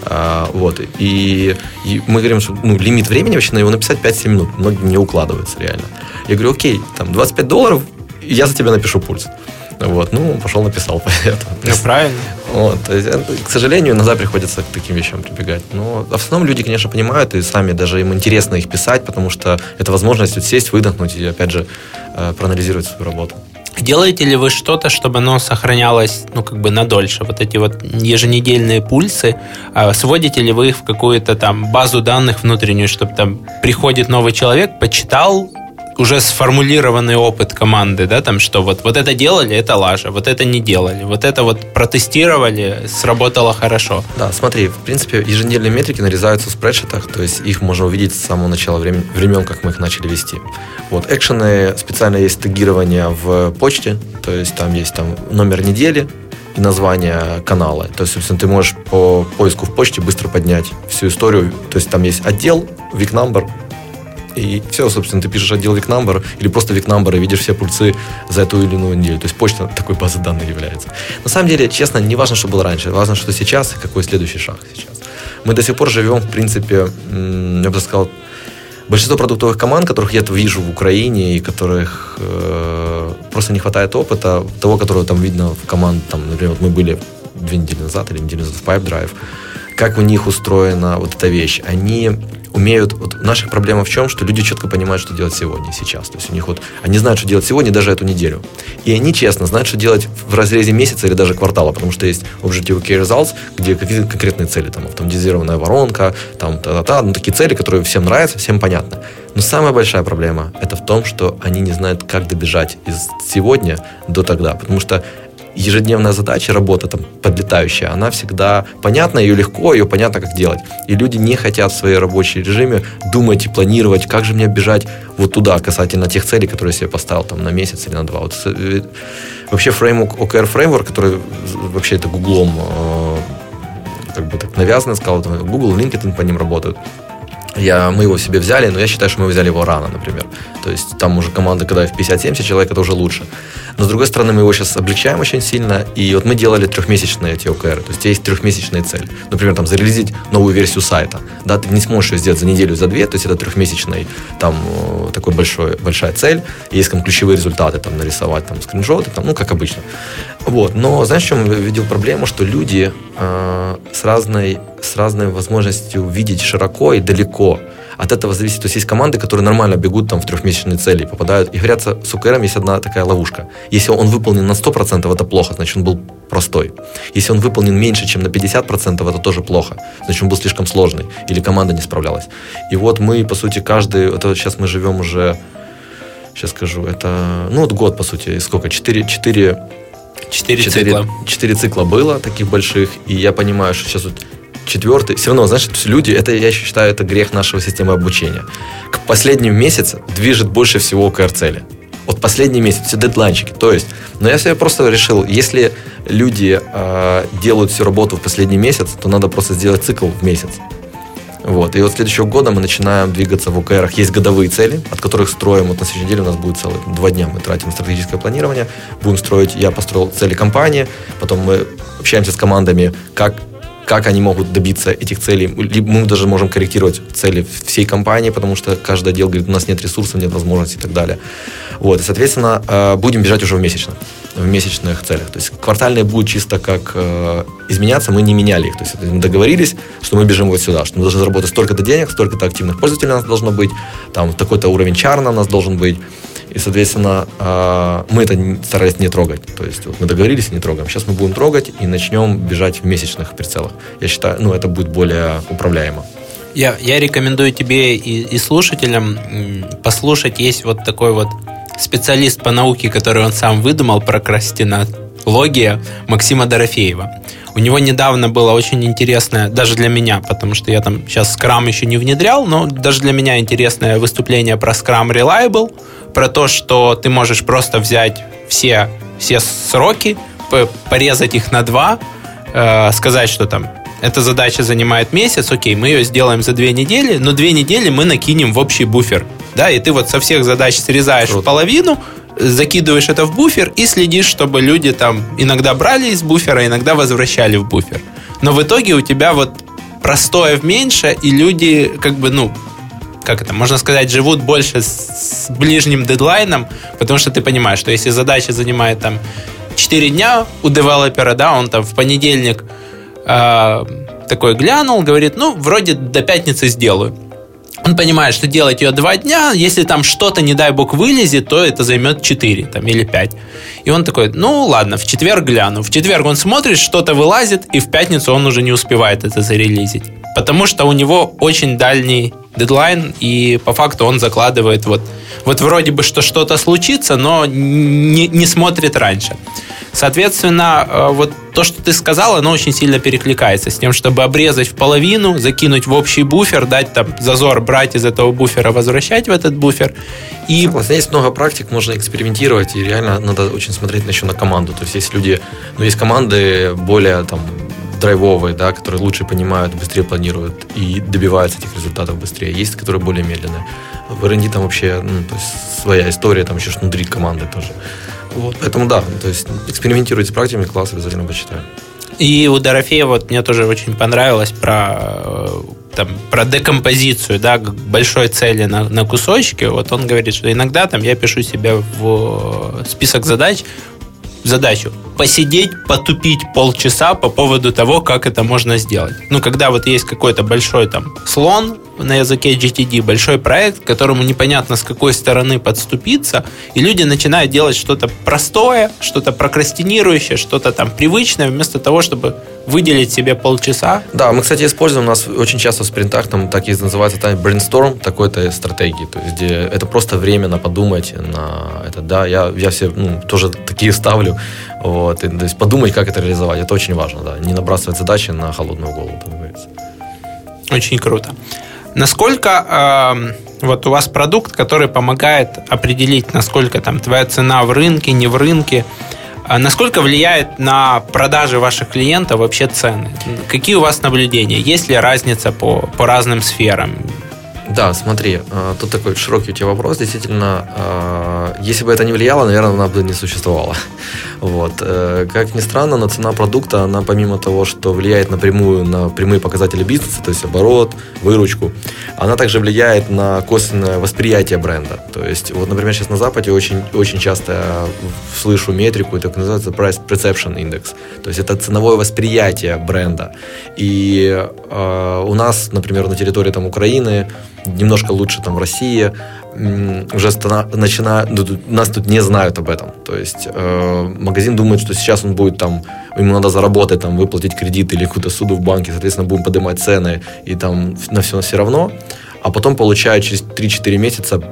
Вот. И мы говорим, что лимит времени вообще на его написать 5-7 минут, многие не укладываются реально. Я говорю, окей, там $25, и я за тебя напишу пульс. Вот, пошел написал. Правильно. Вот, то есть, к сожалению, иногда приходится к таким вещам прибегать. Но в основном люди, конечно, понимают, и сами даже им интересно их писать, потому что это возможность сесть, выдохнуть и, опять же, проанализировать свою работу. Делаете ли вы что-то, чтобы оно сохранялось, надольше? Вот эти вот еженедельные пульсы, сводите ли вы их в какую-то там базу данных внутреннюю, чтобы там приходит новый человек, почитал уже сформулированный опыт команды, да, там, что вот это делали, это лажа, вот это не делали, вот это вот протестировали, сработало хорошо. Да, смотри, в принципе, еженедельные метрики нарезаются в спредшитах, то есть их можно увидеть с самого начала времен, как мы их начали вести. Вот, экшены, специально есть тегирование в почте, то есть там есть номер недели и название канала. То есть, собственно, ты можешь по поиску в почте быстро поднять всю историю, то есть там есть отдел, week number, и все, собственно, ты пишешь отдел week number или просто week number и видишь все пульсы за эту или иную неделю. То есть почта такой базой данных является. На самом деле, честно, не важно, что было раньше, важно, что сейчас и какой следующий шаг сейчас. Мы до сих пор живем, в принципе, я бы сказал, большинство продуктовых команд, которых я вижу в Украине и которых просто не хватает опыта, того, которого там видно в команд, например, вот мы были 2 недели назад или неделю назад в Pipedrive, как у них устроена вот эта вещь. Они умеют... наша проблема в чем? Что люди четко понимают, что делать сегодня, сейчас. То есть у них они знают, что делать сегодня, даже эту неделю. И они честно знают, что делать в разрезе месяца или даже квартала, потому что есть Objective Key Results, где какие-то конкретные цели, автоматизированная воронка, такие цели, которые всем нравятся, всем понятны. Но самая большая проблема это в том, что они не знают, как добежать из сегодня до тогда, потому что ежедневная задача, работа подлетающая, она всегда понятна, ее легко, ее понятно, как делать. И люди не хотят в своей рабочей режиме думать и планировать, как же мне бежать вот туда, касательно тех целей, которые я себе поставил на месяц или на 2. Вообще OKR Framework, который вообще это Гуглом навязано, сказал, Google, LinkedIn по ним работают. Мы его себе взяли, но я считаю, что мы взяли его рано, например. То есть там уже команда, когда в 50-70 человек, это уже лучше. Но, с другой стороны, мы его сейчас облегчаем очень сильно, и вот мы делали 3-месячные эти OKR, то есть у тебя есть 3-месячные цели. Например, зарелизить новую версию сайта. Да, ты не сможешь ее сделать за неделю, за 2, то есть это 3-месячный, такой большая цель, есть ключевые результаты, нарисовать скриншоты, как обычно. Вот. Но знаешь, в чем я видел проблему? Что люди с разной возможностью видеть широко и далеко. От этого зависит. То есть есть команды, которые нормально бегут в 3-месячные цели, попадают. И говорят, с OKR есть одна такая ловушка. Если он выполнен на 100%, это плохо, значит, он был простой. Если он выполнен меньше, чем на 50%, это тоже плохо. Значит, он был слишком сложный. Или команда не справлялась. И вот мы, по сути, сейчас мы живем уже, сейчас скажу, это, год, по сути, сколько? 4 цикла было таких больших. И я понимаю, что сейчас 4, все равно, знаешь, люди, это, я считаю, это грех нашего системы обучения. К последнему месяцу движет больше всего OKR-цели. Вот последний месяц, все дедлайнчики. То есть, но я себе просто решил, если люди делают всю работу в последний месяц, то надо просто сделать цикл в месяц. Вот. И вот следующего года мы начинаем двигаться в OKR. Есть годовые цели, от которых строим. Вот на следующей неделе у нас будет целых 2 дня. Мы тратим на стратегическое планирование. Будем строить, я построил цели компании. Потом мы общаемся с командами, как как они могут добиться этих целей. Либо мы даже можем корректировать цели всей компании, потому что каждый отдел говорит, у нас нет ресурсов, нет возможностей и так далее. Вот, и, соответственно, будем бежать уже в месячных целях. То есть квартальные будут чисто как изменяться, мы не меняли их. То есть мы договорились, что мы бежим вот сюда, что мы должны заработать столько-то денег, столько-то активных пользователей у нас должно быть, там такой-то уровень чарна у нас должен быть. И, соответственно, мы это старались не трогать. То есть вот мы договорились и не трогаем. Сейчас мы будем трогать и начнем бежать в месячных прицелах. Я считаю, это будет более управляемо. Я рекомендую тебе и слушателям послушать. Есть вот такой вот специалист по науке, который он сам выдумал, прокрастинология, Максима Дорофеева. У него недавно было очень интересное, даже для меня, потому что я там сейчас Scrum еще не внедрял, но даже для меня интересное выступление про Scrum Reliable, про то, что ты можешь просто взять все сроки, порезать их на 2, сказать, что там эта задача занимает месяц, окей, мы ее сделаем за 2 недели, но 2 недели мы накинем в общий буфер. Да, и ты вот со всех задач срезаешь половину, закидываешь это в буфер и следишь, чтобы люди там иногда брали из буфера, иногда возвращали в буфер. Но в итоге у тебя вот простоев меньше, и люди можно сказать, живут больше с ближним дедлайном, потому что ты понимаешь, что если задача занимает там 4 дня у девелопера, да, он там в понедельник такой глянул, говорит, вроде до пятницы сделаю. Он понимает, что делать ее 2 дня, если там что-то, не дай бог, вылезет, то это займет 4 или 5. И он такой, ладно, в четверг гляну. В четверг он смотрит, что-то вылазит, и в пятницу он уже не успевает это зарелизить. Потому что у него очень дальний дедлайн, и по факту он закладывает вот вроде бы, что что-то случится, но не смотрит раньше. Соответственно, вот то, что ты сказал, оно очень сильно перекликается с тем, чтобы обрезать в половину, закинуть в общий буфер, дать там зазор, брать из этого буфера, возвращать в этот буфер. И... Согласен, есть много практик, можно экспериментировать, и реально надо очень смотреть еще на команду. То есть есть люди, есть команды более там драйвовые, да, которые лучше понимают, быстрее планируют и добиваются этих результатов быстрее. Есть, которые более медленные. В R&D там вообще то есть своя история, там еще внутри команды тоже. Вот, поэтому да, то есть экспериментируйте с практиками, класс обязательно почитаю. И у Дорофеева мне тоже очень понравилось про декомпозицию, да, большой цели на кусочки. Вот он говорит, что иногда там я пишу себе в список задачу посидеть, потупить полчаса по поводу того, как это можно сделать. Когда вот есть какой-то большой там слон на языке GTD, большой проект, к которому непонятно с какой стороны подступиться, и люди начинают делать что-то простое, что-то прокрастинирующее, что-то там привычное, вместо того, чтобы выделить себе полчаса. Да, мы, кстати, используем, у нас очень часто в спринтах там так и называется там brainstorm такой-то стратегии, то есть где это просто время подумать на это, да, я все тоже такие ставлю, вот, и, то есть подумать, как это реализовать, это очень важно, да, не набрасывать задачи на холодную голову, как говорится. Очень круто. Насколько вот у вас продукт, который помогает определить, насколько там твоя цена в рынке, не в рынке, насколько влияет на продажи ваших клиентов вообще цены? Какие у вас наблюдения? Есть ли разница по разным сферам? Да, смотри, тут такой широкий у тебя вопрос. Действительно, если бы это не влияло, наверное, она бы не существовала. Вот. Как ни странно, но цена продукта, она помимо того, что влияет напрямую на прямые показатели бизнеса, то есть оборот, выручку, она также влияет на косвенное восприятие бренда. То есть, вот, например, сейчас на Западе очень, очень часто я слышу метрику, это называется Price Perception Index. То есть это ценовое восприятие бренда. И у нас, например, на территории там, Украины, немножко лучше там в России, уже нас тут не знают об этом. То есть магазин думает, что сейчас он будет там, ему надо заработать, там, выплатить кредит или какую-то суду в банке, соответственно, будем поднимать цены и там на все равно. А потом получают через 3-4 месяца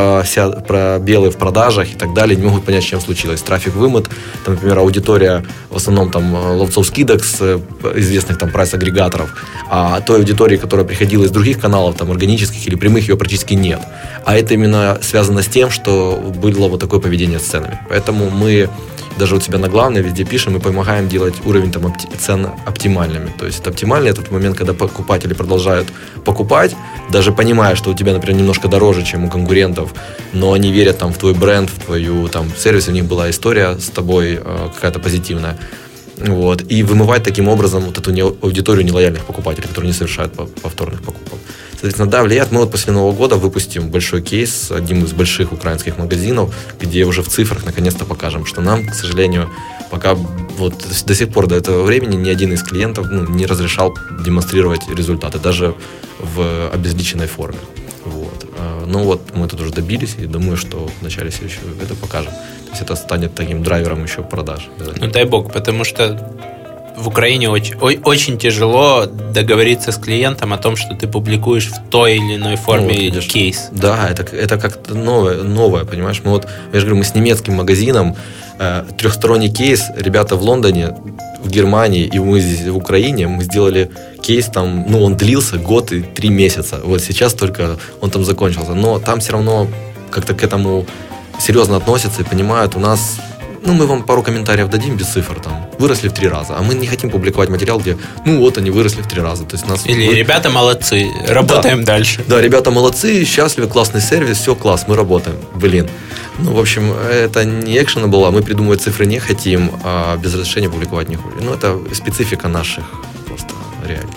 пробелы в продажах и так далее, не могут понять, с чем случилось. Трафик вымыт, там, например, аудитория в основном там ловцов скидок с известных там прайс-агрегаторов, а той аудитории, которая приходила из других каналов, там, органических или прямых, ее практически нет. А это именно связано с тем, что было вот такое поведение с ценами. Поэтому мы даже у себя на главной везде пишем и помогаем делать уровень там, цен оптимальными. То есть это оптимальный этот момент, когда покупатели продолжают покупать, даже понимая, что у тебя, например, немножко дороже, чем у конкурентов, но они верят там, в твой бренд, в твою там, сервис, у них была история с тобой какая-то позитивная. Вот, и вымывать таким образом вот эту аудиторию нелояльных покупателей, которые не совершают повторных покупок. Соответственно, да, влияет. Мы вот после Нового года выпустим большой кейс с одним из больших украинских магазинов, где уже в цифрах наконец-то покажем, что нам, к сожалению, пока вот до сих пор до этого времени ни один из клиентов не разрешал демонстрировать результаты, даже в обезличенной форме. Вот. Ну вот мы тут уже добились, и думаю, что в начале следующего года покажем. То есть это станет таким драйвером еще продаж. Ну дай бог, потому что в Украине очень тяжело договориться с клиентом о том, что ты публикуешь в той или иной форме кейс. Да, это как-то новое, понимаешь? Я же говорю, мы с немецким магазином, трехсторонний кейс, ребята в Лондоне, в Германии, и мы здесь в Украине, мы сделали кейс там, он длился год и 3 месяца. Вот сейчас только он там закончился. Но там все равно как-то к этому серьезно относятся и понимают, у нас... мы вам пару комментариев дадим без цифр, там, выросли в 3 раза, а мы не хотим публиковать материал, где, вот они выросли в 3 раза. То есть ребята молодцы, работаем дальше. Да, ребята молодцы, счастливы, классный сервис, все, класс, мы работаем. В общем, это не экшена была, мы придумывать цифры не хотим, а без разрешения публиковать не хотим. Это специфика наших просто реалий.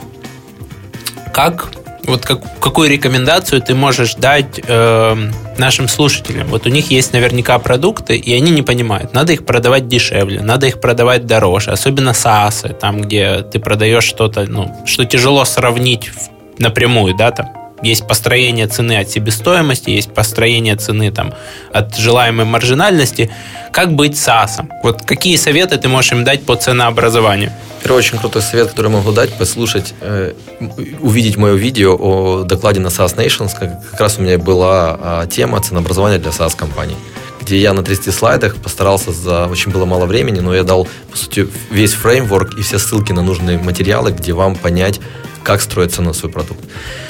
Какую рекомендацию ты можешь дать нашим слушателям? Вот у них есть наверняка продукты, и они не понимают. Надо их продавать дешевле, надо их продавать дороже. Особенно SaaS, там, где ты продаешь что-то, что тяжело сравнить напрямую, да, там. Есть построение цены от себестоимости, есть построение цены там, от желаемой маржинальности. Как быть SaaS? Вот какие советы ты можешь им дать по ценообразованию? Первый очень крутой совет, который я могу дать, послушать, увидеть мое видео о докладе на SaaS Nations. Как раз у меня была тема ценообразования для SaaS-компаний, где я на 30 слайдах постарался очень было мало времени, но я дал, по сути, весь фреймворк и все ссылки на нужные материалы, где вам понять, как строить цену на свой продукт.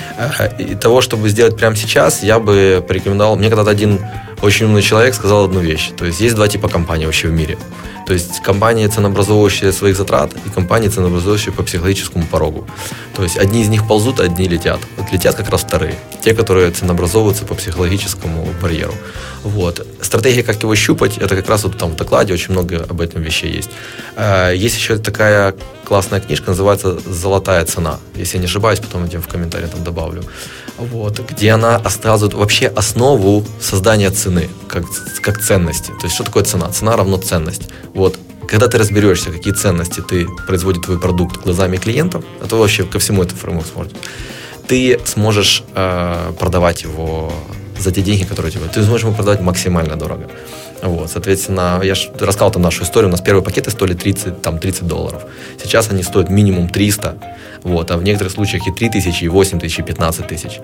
И того, чтобы сделать прямо сейчас, я бы порекомендовал... Мне когда-то один очень умный человек сказал одну вещь. То есть 2 типа компаний вообще в мире. То есть компании, ценообразующие своих затрат, и компании, ценообразующие по психологическому порогу. То есть одни из них ползут, а одни летят. Вот летят как раз вторые. Те, которые ценообразовываются по психологическому барьеру. Вот. Стратегия, как его щупать, это как раз там в докладе очень много об этом вещей есть. Есть еще такая классная книжка, называется «Золотая цена». Если я не ошибаюсь, потом я в комментариях там добавлю. Вот. Где она рассказывает вообще основу создания цены, как ценности. То есть, что такое цена? Цена равно ценность. Вот. Когда ты разберешься, какие ценности производит твой продукт глазами клиентов, а то вообще ко всему это фреймворк смотрит, ты сможешь продавать его за те деньги, которые у тебя. Ты сможешь его продавать максимально дорого. Вот, соответственно, я же рассказал там нашу историю. У нас первые пакеты стоили $30. Сейчас они стоят минимум 300, вот, а в некоторых случаях и 3000, и 8000, и 15000.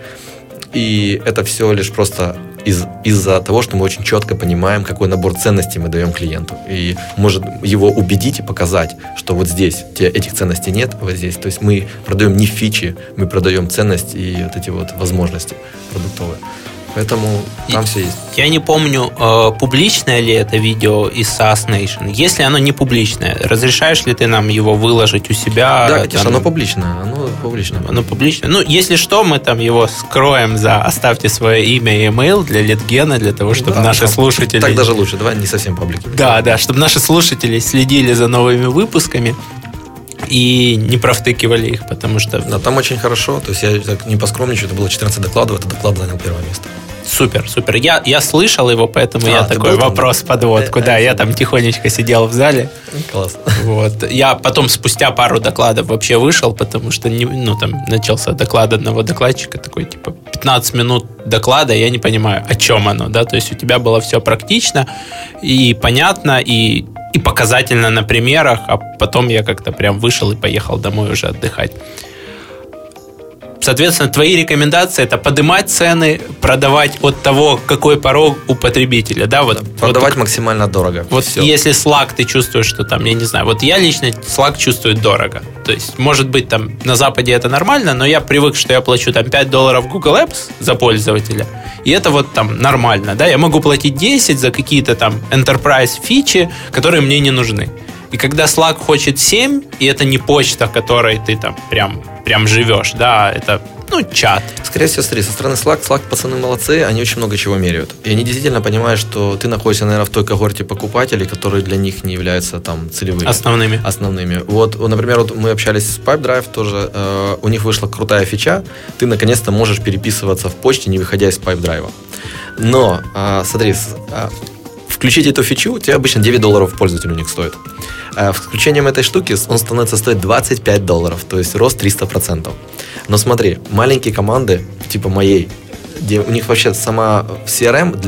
И это все лишь просто из-за того, что мы очень четко понимаем, какой набор ценностей мы даем клиенту. И может его убедить и показать, что вот здесь этих ценностей нет, вот здесь. То есть мы продаем не фичи, мы продаем ценность и вот эти вот возможности продуктовые. Поэтому там все есть. Я не помню, публичное ли это видео из SaaS Nation. Если оно не публичное, разрешаешь ли ты нам его выложить у себя? Да, конечно, оно публичное. Оно публичное. Если что, мы там его скроем оставьте свое имя и email для Литгена, для того, чтобы наши слушатели... Так даже лучше, давай не совсем паблики. Да, чтобы наши слушатели следили за новыми выпусками и не провтыкивали их, потому что... Да, там очень хорошо, то есть я так не поскромничаю, это было 14 докладов, этот доклад занял первое место. Супер. Я слышал его, поэтому я такой вопрос-подводку. Да, я там тихонечко сидел в зале. Класс. Вот. Я потом спустя пару докладов вообще вышел, потому что там начался доклад одного докладчика, такой 15 минут доклада, я не понимаю, о чем оно, да, то есть у тебя было все практично и понятно, и показательно на примерах, а потом я как-то прям вышел и поехал домой уже отдыхать. Соответственно, твои рекомендации – это поднимать цены, продавать от того, какой порог у потребителя. Да? Продавать максимально дорого. Вот все. Если Slack ты чувствуешь, что там, я не знаю, вот я лично Slack чувствую дорого. То есть, может быть, там на Западе это нормально, но я привык, что я плачу там $5 Google Apps за пользователя, и это вот там нормально. Да? Я могу платить 10 за какие-то там enterprise фичи, которые мне не нужны. И когда Slack хочет 7, и это не почта, которой ты там прям живешь, да, это чат. Скорее всего, смотри, со стороны Slack пацаны молодцы, они очень много чего меряют. И они действительно понимают, что ты находишься, наверное, в той когорте покупателей, которые для них не являются там целевыми. Основными. Вот, например, мы общались с Pipedrive тоже, у них вышла крутая фича, ты наконец-то можешь переписываться в почте, не выходя из Pipedrive. Но, смотри, включить эту фичу, тебе обычно $9 пользователю у них стоит. Включением этой штуки он становится стоить $25, то есть рост 300%. Но смотри, маленькие команды, типа моей, где у них вообще сама CRM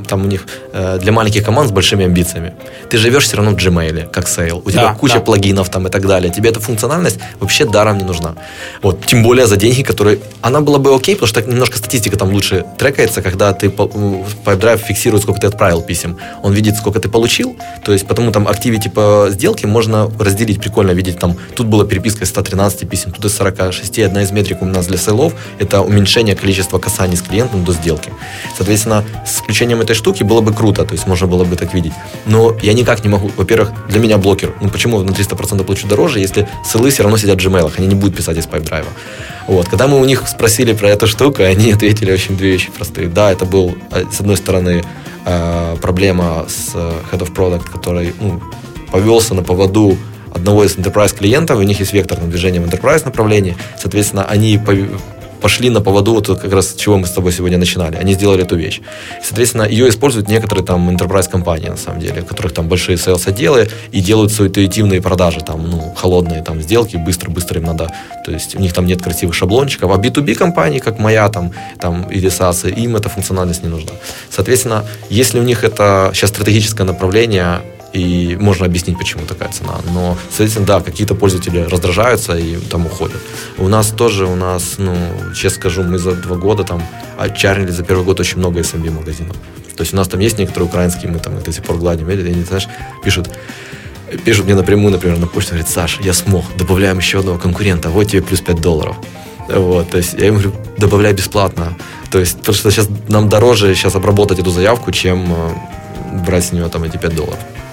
для маленьких команд с большими амбициями. Ты живешь все равно в Gmail, как Sale. У тебя куча плагинов там и так далее. Тебе эта функциональность вообще даром не нужна. Вот, тем более за деньги, которые... Она была бы окей, потому что немножко статистика там лучше трекается, когда ты Pipedrive фиксирует, сколько ты отправил писем. Он видит, сколько ты получил. То есть, потому там activity по сделке можно разделить, прикольно видеть. Там, тут была переписка из 113 писем, тут из 46. Одна из метрик у нас для сейлов — это уменьшение количества касаний с клиентом до сделки. Соответственно, с включением этой штуки было бы круто, то есть можно было бы так видеть. Но я никак не могу, во-первых, для меня блокер. Почему на 300% плачу дороже, если селы все равно сидят в Gmail, они не будут писать из Pipedrive. Вот. Когда мы у них спросили про эту штуку, они ответили очень две вещи простые. Да, это был, с одной стороны, проблема с Head of Product, который повелся на поводу одного из enterprise клиентов, у них есть векторное движение в enterprise направлении, соответственно, они пошли на поводу, вот как раз с чего мы с тобой сегодня начинали. Они сделали эту вещь. И, соответственно, ее используют некоторые там enterprise компании, на самом деле, у которых там большие sales отделы и делают свои интуитивные продажи, там, холодные там сделки, быстро им надо, то есть у них там нет красивых шаблончиков, а B2B компании, как моя там или SaaS, им эта функциональность не нужна. Соответственно, если у них это сейчас стратегическое направление, и можно объяснить, почему такая цена. Но, соответственно, да, какие-то пользователи раздражаются и там уходят. У нас, честно скажу, мы за 2 года там отчарнили за первый год очень много SMB магазинов. То есть у нас там есть некоторые украинские, мы там до сих пор гладим, и они, знаешь, пишут мне напрямую, например, на почту, говорят: Саш, я смог, добавляем еще одного конкурента, вот тебе плюс $5. Вот, то есть я им говорю: добавляй бесплатно. То есть, потому что сейчас нам дороже сейчас обработать эту заявку, чем брать с нее там эти $5.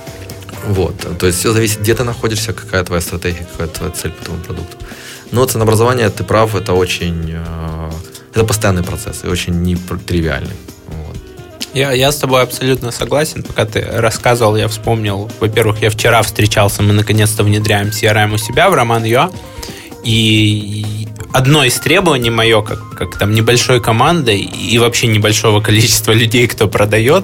Вот, то есть все зависит, где ты находишься, какая твоя стратегия, какая твоя цель по твоему продукту. Но ценообразование, ты прав, это очень, это постоянный процесс и очень нетривиальный. Вот. Я с тобой абсолютно согласен. Пока ты рассказывал, я вспомнил, во-первых, я вчера встречался, мы наконец-то внедряем CRM у себя в Роман.ua, и одно из требований мое, как там небольшой команды и вообще небольшого количества людей, кто продает,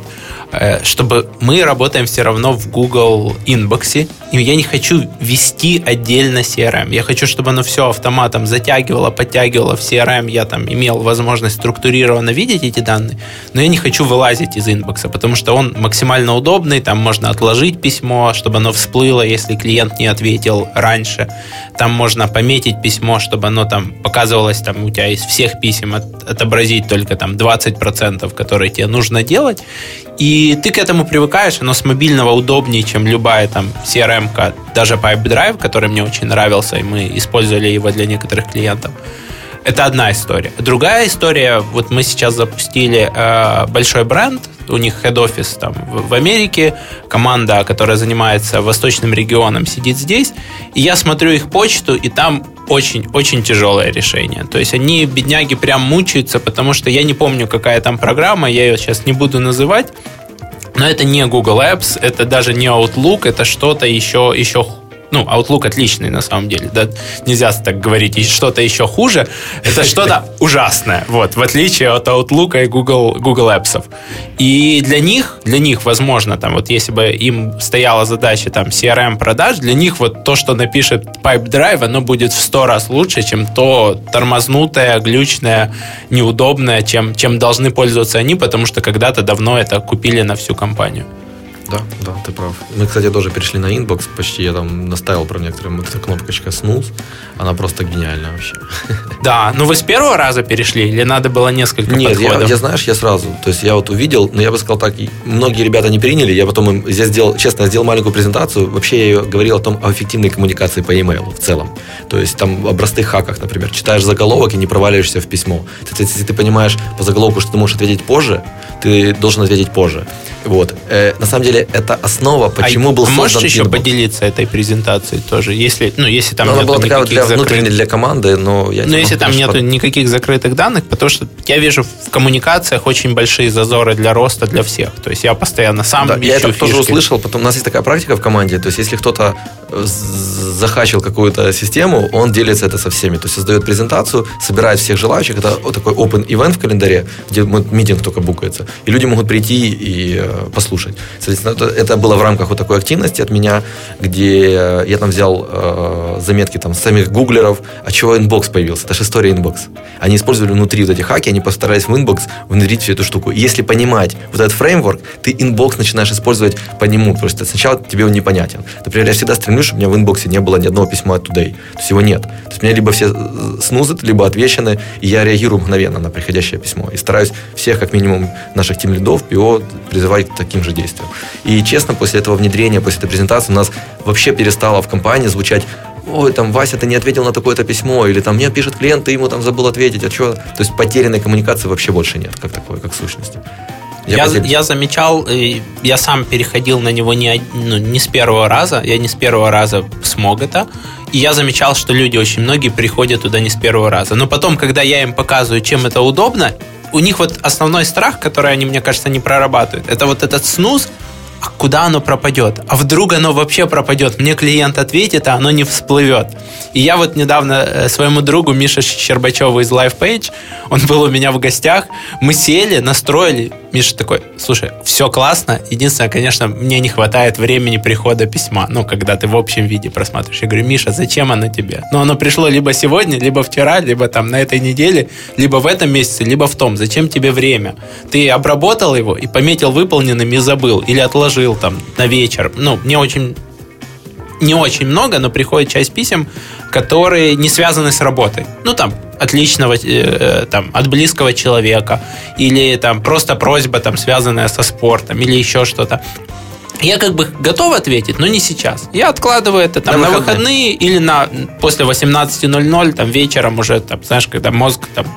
чтобы мы работаем все равно в Google инбоксе, и я не хочу вести отдельно CRM. Я хочу, чтобы оно все автоматом затягивало, подтягивало в CRM. Я там имел возможность структурированно видеть эти данные, но я не хочу вылазить из инбокса, потому что он максимально удобный, там можно отложить письмо, чтобы оно всплыло, если клиент не ответил раньше. Там можно пометить письмо, чтобы оно там показывалось, там у тебя из всех писем отобразить только там 20%, которые тебе нужно делать. И ты к этому привыкаешь, оно с мобильного удобнее, чем любая там CRM-ка, даже Pipedrive, который мне очень нравился, и мы использовали его для некоторых клиентов. Это одна история. Другая история, вот мы сейчас запустили большой бренд, у них head-офис там в Америке, команда, которая занимается восточным регионом, сидит здесь, и я смотрю их почту, и там очень-очень тяжелое решение. То есть они, бедняги, прям мучаются, потому что я не помню, какая там программа, я ее сейчас не буду называть, но это не Google Apps, это даже не Outlook, это что-то еще Outlook отличный на самом деле, да, нельзя так говорить, и что-то еще хуже, это что-то ужасное, вот, в отличие от Outlook и Google Apps. И для них, возможно, там, вот если бы им стояла задача там CRM продаж, для них вот то, что напишет Pipedrive, оно будет в 100 раз лучше, чем то тормознутое, глючное, неудобное, чем должны пользоваться они, потому что когда-то давно это купили на всю компанию. Да, ты прав. Мы, кстати, тоже перешли на инбокс почти. Я там наставил про некоторые. Вот эта кнопочка snooze, она просто гениальная вообще. Да, но вы с первого раза перешли или надо было несколько подходов? Нет, я сразу. То есть я вот увидел, но я бы сказал так, многие ребята не приняли. Я потом здесь сделал маленькую презентацию. Вообще я говорил о эффективной коммуникации по e-mail в целом. То есть там о простых хаках, например. Читаешь заголовок и не проваливаешься в письмо. Если ты понимаешь по заголовку, что ты можешь ответить позже, ты должен ответить позже. Вот. На самом деле деле это основа, почему был создан можешь еще Inbox. поделиться этой презентацией тоже, если там она нету была такая никаких внутренняя для команды, но если там нету никаких закрытых данных, потому что я вижу в коммуникациях очень большие зазоры для роста для всех. То есть я постоянно сам ищу я это фишки. тоже услышал. Потом у нас есть такая практика в команде, то есть если кто-то захачил какую-то систему, он делится это со всеми. То есть создает презентацию, собирает всех желающих. Это вот такой open event в календаре, где митинг только букается. И люди могут прийти и послушать. Соответственно, это было в рамках вот такой активности от меня, где я там взял заметки там, самих гуглеров, от чего инбокс появился. Это же история инбокс. Они использовали внутри вот эти хаки, они постарались в инбокс внедрить всю эту штуку. И если понимать вот этот фреймворк, ты инбокс начинаешь использовать по нему, потому что сначала тебе он непонятен. Например, я всегда стремлюсь, чтобы у меня в инбоксе не было ни одного письма от Today. То есть его нет. То есть у меня либо все снузы, либо отвечены, и я реагирую мгновенно на приходящее письмо. И стараюсь всех, как минимум, наших тимлидов, ПО, призывать к таким же действиям. И честно, после этого внедрения, после этой презентации у нас вообще перестало в компании звучать: ой, там, Вася, ты не ответил на такое-то письмо, или там, мне пишет клиент, ты ему там забыл ответить, а что? То есть потерянной коммуникации вообще больше нет, как такой, как сущности. Я замечал, я сам переходил на него не с первого раза, я не с первого раза смог это, и я замечал, что люди очень многие приходят туда не с первого раза. Но потом, когда я им показываю, чем это удобно, у них вот основной страх, который они, мне кажется, не прорабатывают, это вот этот снуз. А куда оно пропадет? А вдруг оно вообще пропадет? Мне клиент ответит, а оно не всплывет. И я вот недавно своему другу Мише Щербачеву из LifePage, он был у меня в гостях, мы сели, настроили. Миша такой: слушай, все классно, единственное, конечно, мне не хватает времени прихода письма, когда ты в общем виде просматриваешь. Я говорю: Миша, зачем оно тебе? Оно пришло либо сегодня, либо вчера, либо там на этой неделе, либо в этом месяце, либо в том. Зачем тебе время? Ты обработал его и пометил выполненным и забыл, или отложил там на вечер. Не очень много, но приходит часть писем, которые не связаны с работой. От личного, от близкого человека, или там просто просьба, там, связанная со спортом, или еще что-то. Я как бы готов ответить, но не сейчас. Я откладываю это там на выходные или после 18:00, там, вечером уже, там, знаешь, когда мозг там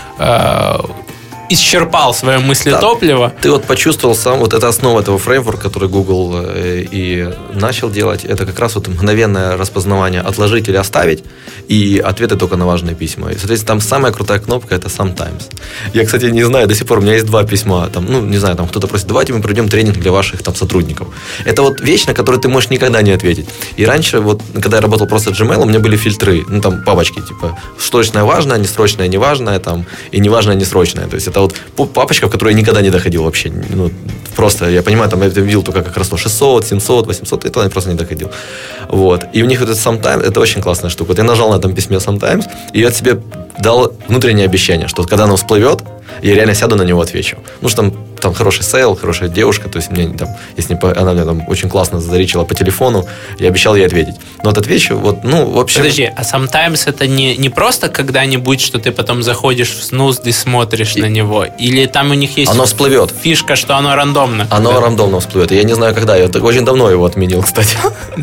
исчерпал свое мыслетопливо. Ты вот почувствовал сам, вот это основа этого фреймворка, который Google и начал делать, это как раз вот мгновенное распознавание отложить или оставить, и ответы только на важные письма. И, соответственно, там самая крутая кнопка — это Sometimes. Я, кстати, не знаю, до сих пор у меня есть 2 письма, там, не знаю, там кто-то просит: давайте мы проведем тренинг для ваших там сотрудников. Это вот вещь, на которую ты можешь никогда не ответить. И раньше, вот, когда я работал просто Gmail, у меня были фильтры, там папочки, типа, срочное важное, несрочное неважное, там, и неважное несрочное. То есть это вот папочка, в которую я никогда не доходил вообще. Просто, я понимаю, там я это видел только как росло 600, 700, 800, и то я просто не доходил. Вот. И у них вот это Sometimes, это очень классная штука. Вот я нажал на этом письме Sometimes, и я себе дал внутреннее обещание, что когда оно всплывет, я реально сяду на него, отвечу. Что там хороший сейл, хорошая девушка, то есть мне там, если она меня там очень классно заричила по телефону, я обещал ей ответить. Но вот отвечу, в общем... Подожди, а sometimes это не просто когда-нибудь, что ты потом заходишь в снуз и смотришь на него, или там у них есть... Оно всплывет. Фишка, что оно рандомно. Оно рандомно всплывет. Я не знаю, когда. Я очень давно его отменил, кстати.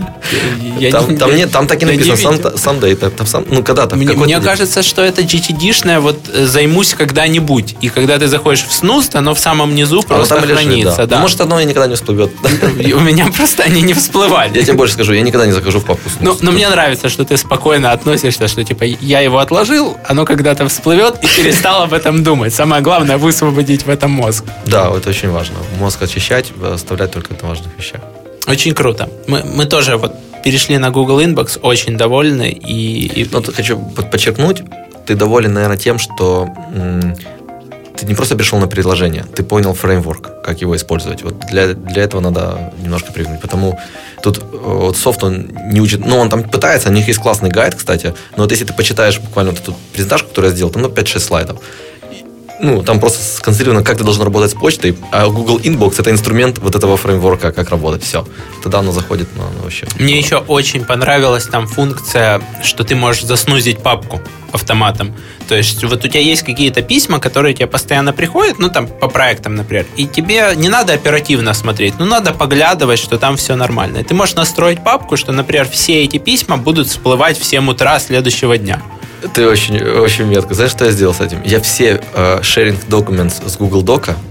Там так и написано. Когда-то. Мне кажется, что это GTD-шное, займусь когда-нибудь. И когда ты заходишь в снуз, оно в самом низу просто хранится. Да. Может, оно и никогда не всплывет. У меня просто они не всплывали. Я тебе больше скажу, я никогда не захожу в папку снуз. Но мне нравится, что ты спокойно относишься, что типа я его отложил, оно когда-то всплывет, и перестал об этом думать. Самое главное — высвободить в этом мозг. Да, это очень важно. Мозг очищать, оставлять только на важных вещах. Очень круто. Мы тоже перешли на Google Inbox, очень довольны. Хочу подчеркнуть, ты доволен, наверное, тем, что ты не просто пришел на предложение, ты понял фреймворк, как его использовать. Вот для этого надо немножко привыкнуть. Потому тут софт, он не учит, он там пытается, у них есть классный гайд, кстати, но вот если ты почитаешь буквально вот эту презентацию, которую я сделал, там 5-6 слайдов. Там просто сконцентрировано, как ты должен работать с почтой, а Google Inbox — это инструмент вот этого фреймворка, как работать, все. Тогда оно заходит, вообще... Мне еще очень понравилась там функция, что ты можешь заснузить папку автоматом. То есть вот у тебя есть какие-то письма, которые тебе постоянно приходят, по проектам, например, и тебе не надо оперативно смотреть, надо поглядывать, что там все нормально. И ты можешь настроить папку, что, например, все эти письма будут всплывать в 7 утра следующего дня. Ты очень, очень метко. Знаешь, что я сделал с этим? Я все sharing documents с Google Дока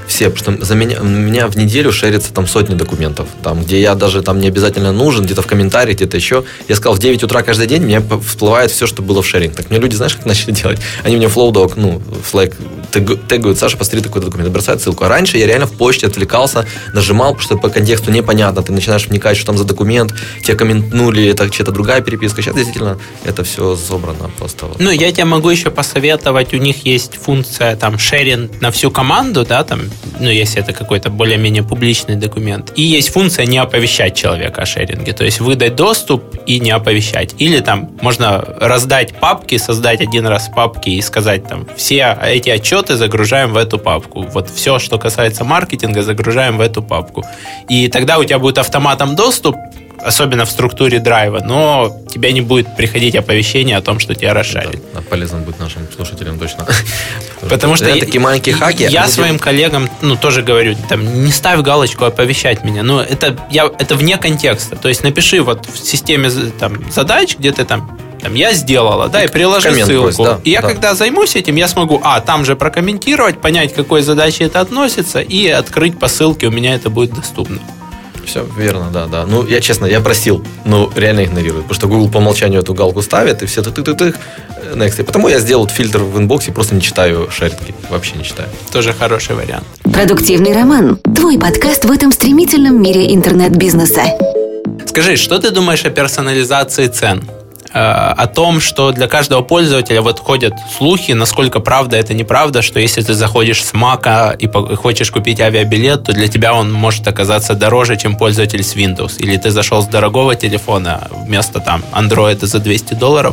Все, потому что у меня в неделю шерится там сотни документов, там, где я даже там не обязательно нужен, где-то в комментариях, где-то еще. Я сказал, в 9 утра каждый день мне всплывает все, что было в шеринг. Так мне люди, знаешь, как начали делать? Они мне в Flowdog, в Slack тегают: Саша, посмотри такой документ, бросают ссылку. А раньше я реально в почте отвлекался, нажимал, потому что по контексту непонятно, ты начинаешь вникать, что там за документ, тебе комментнули, это чья-то другая переписка. Сейчас действительно это все собрано просто. Ну, я тебе могу еще посоветовать, у них есть функция там шеринг на всю команду, да, там, ну, если это какой-то более-менее публичный документ. И есть функция не оповещать человека о шеринге, то есть выдать доступ и не оповещать. Или там можно раздать папки, создать один раз папки и сказать там, все эти отчеты загружаем в эту папку. Вот все, что касается маркетинга, загружаем в эту папку. И тогда у тебя будет автоматом доступ, особенно в структуре драйва, но тебе не будет приходить оповещение о том, что тебя расшарили. Да, полезно будет нашим слушателям точно. Потому что такие маленькие хаки. Я своим коллегам, тоже говорю, там, не ставь галочку оповещать меня. Но это вне контекста. То есть напиши вот в системе там, задач, где ты там я сделала, да, и приложи ссылку. Пусть, да, и я когда займусь этим, я смогу, там же прокомментировать, понять, к какой задаче это относится, и открыть по ссылке, у меня это будет доступно. Все верно, да. Ну, я честно, я просил, но реально игнорируют, потому что Google по умолчанию эту галку ставит, и все тых-тых-тых, next. И потому я сделал фильтр в инбоксе, просто не читаю шеринги, вообще не читаю. Тоже хороший вариант. Продуктивный роман. Твой подкаст в этом стремительном мире интернет-бизнеса. Скажи, что ты думаешь о персонализации цен? О том, что для каждого пользователя вот ходят слухи, насколько правда это неправда, что если ты заходишь с Mac и хочешь купить авиабилет, то для тебя он может оказаться дороже, чем пользователь с Windows. Или ты зашел с дорогого телефона вместо там Android за $200.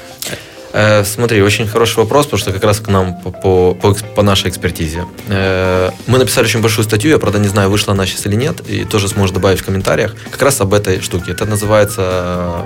Смотри, очень хороший вопрос, потому что как раз к нам по нашей экспертизе. Мы написали очень большую статью, я, правда, не знаю, вышла она сейчас или нет, и тоже сможешь добавить в комментариях, как раз об этой штуке. Это называется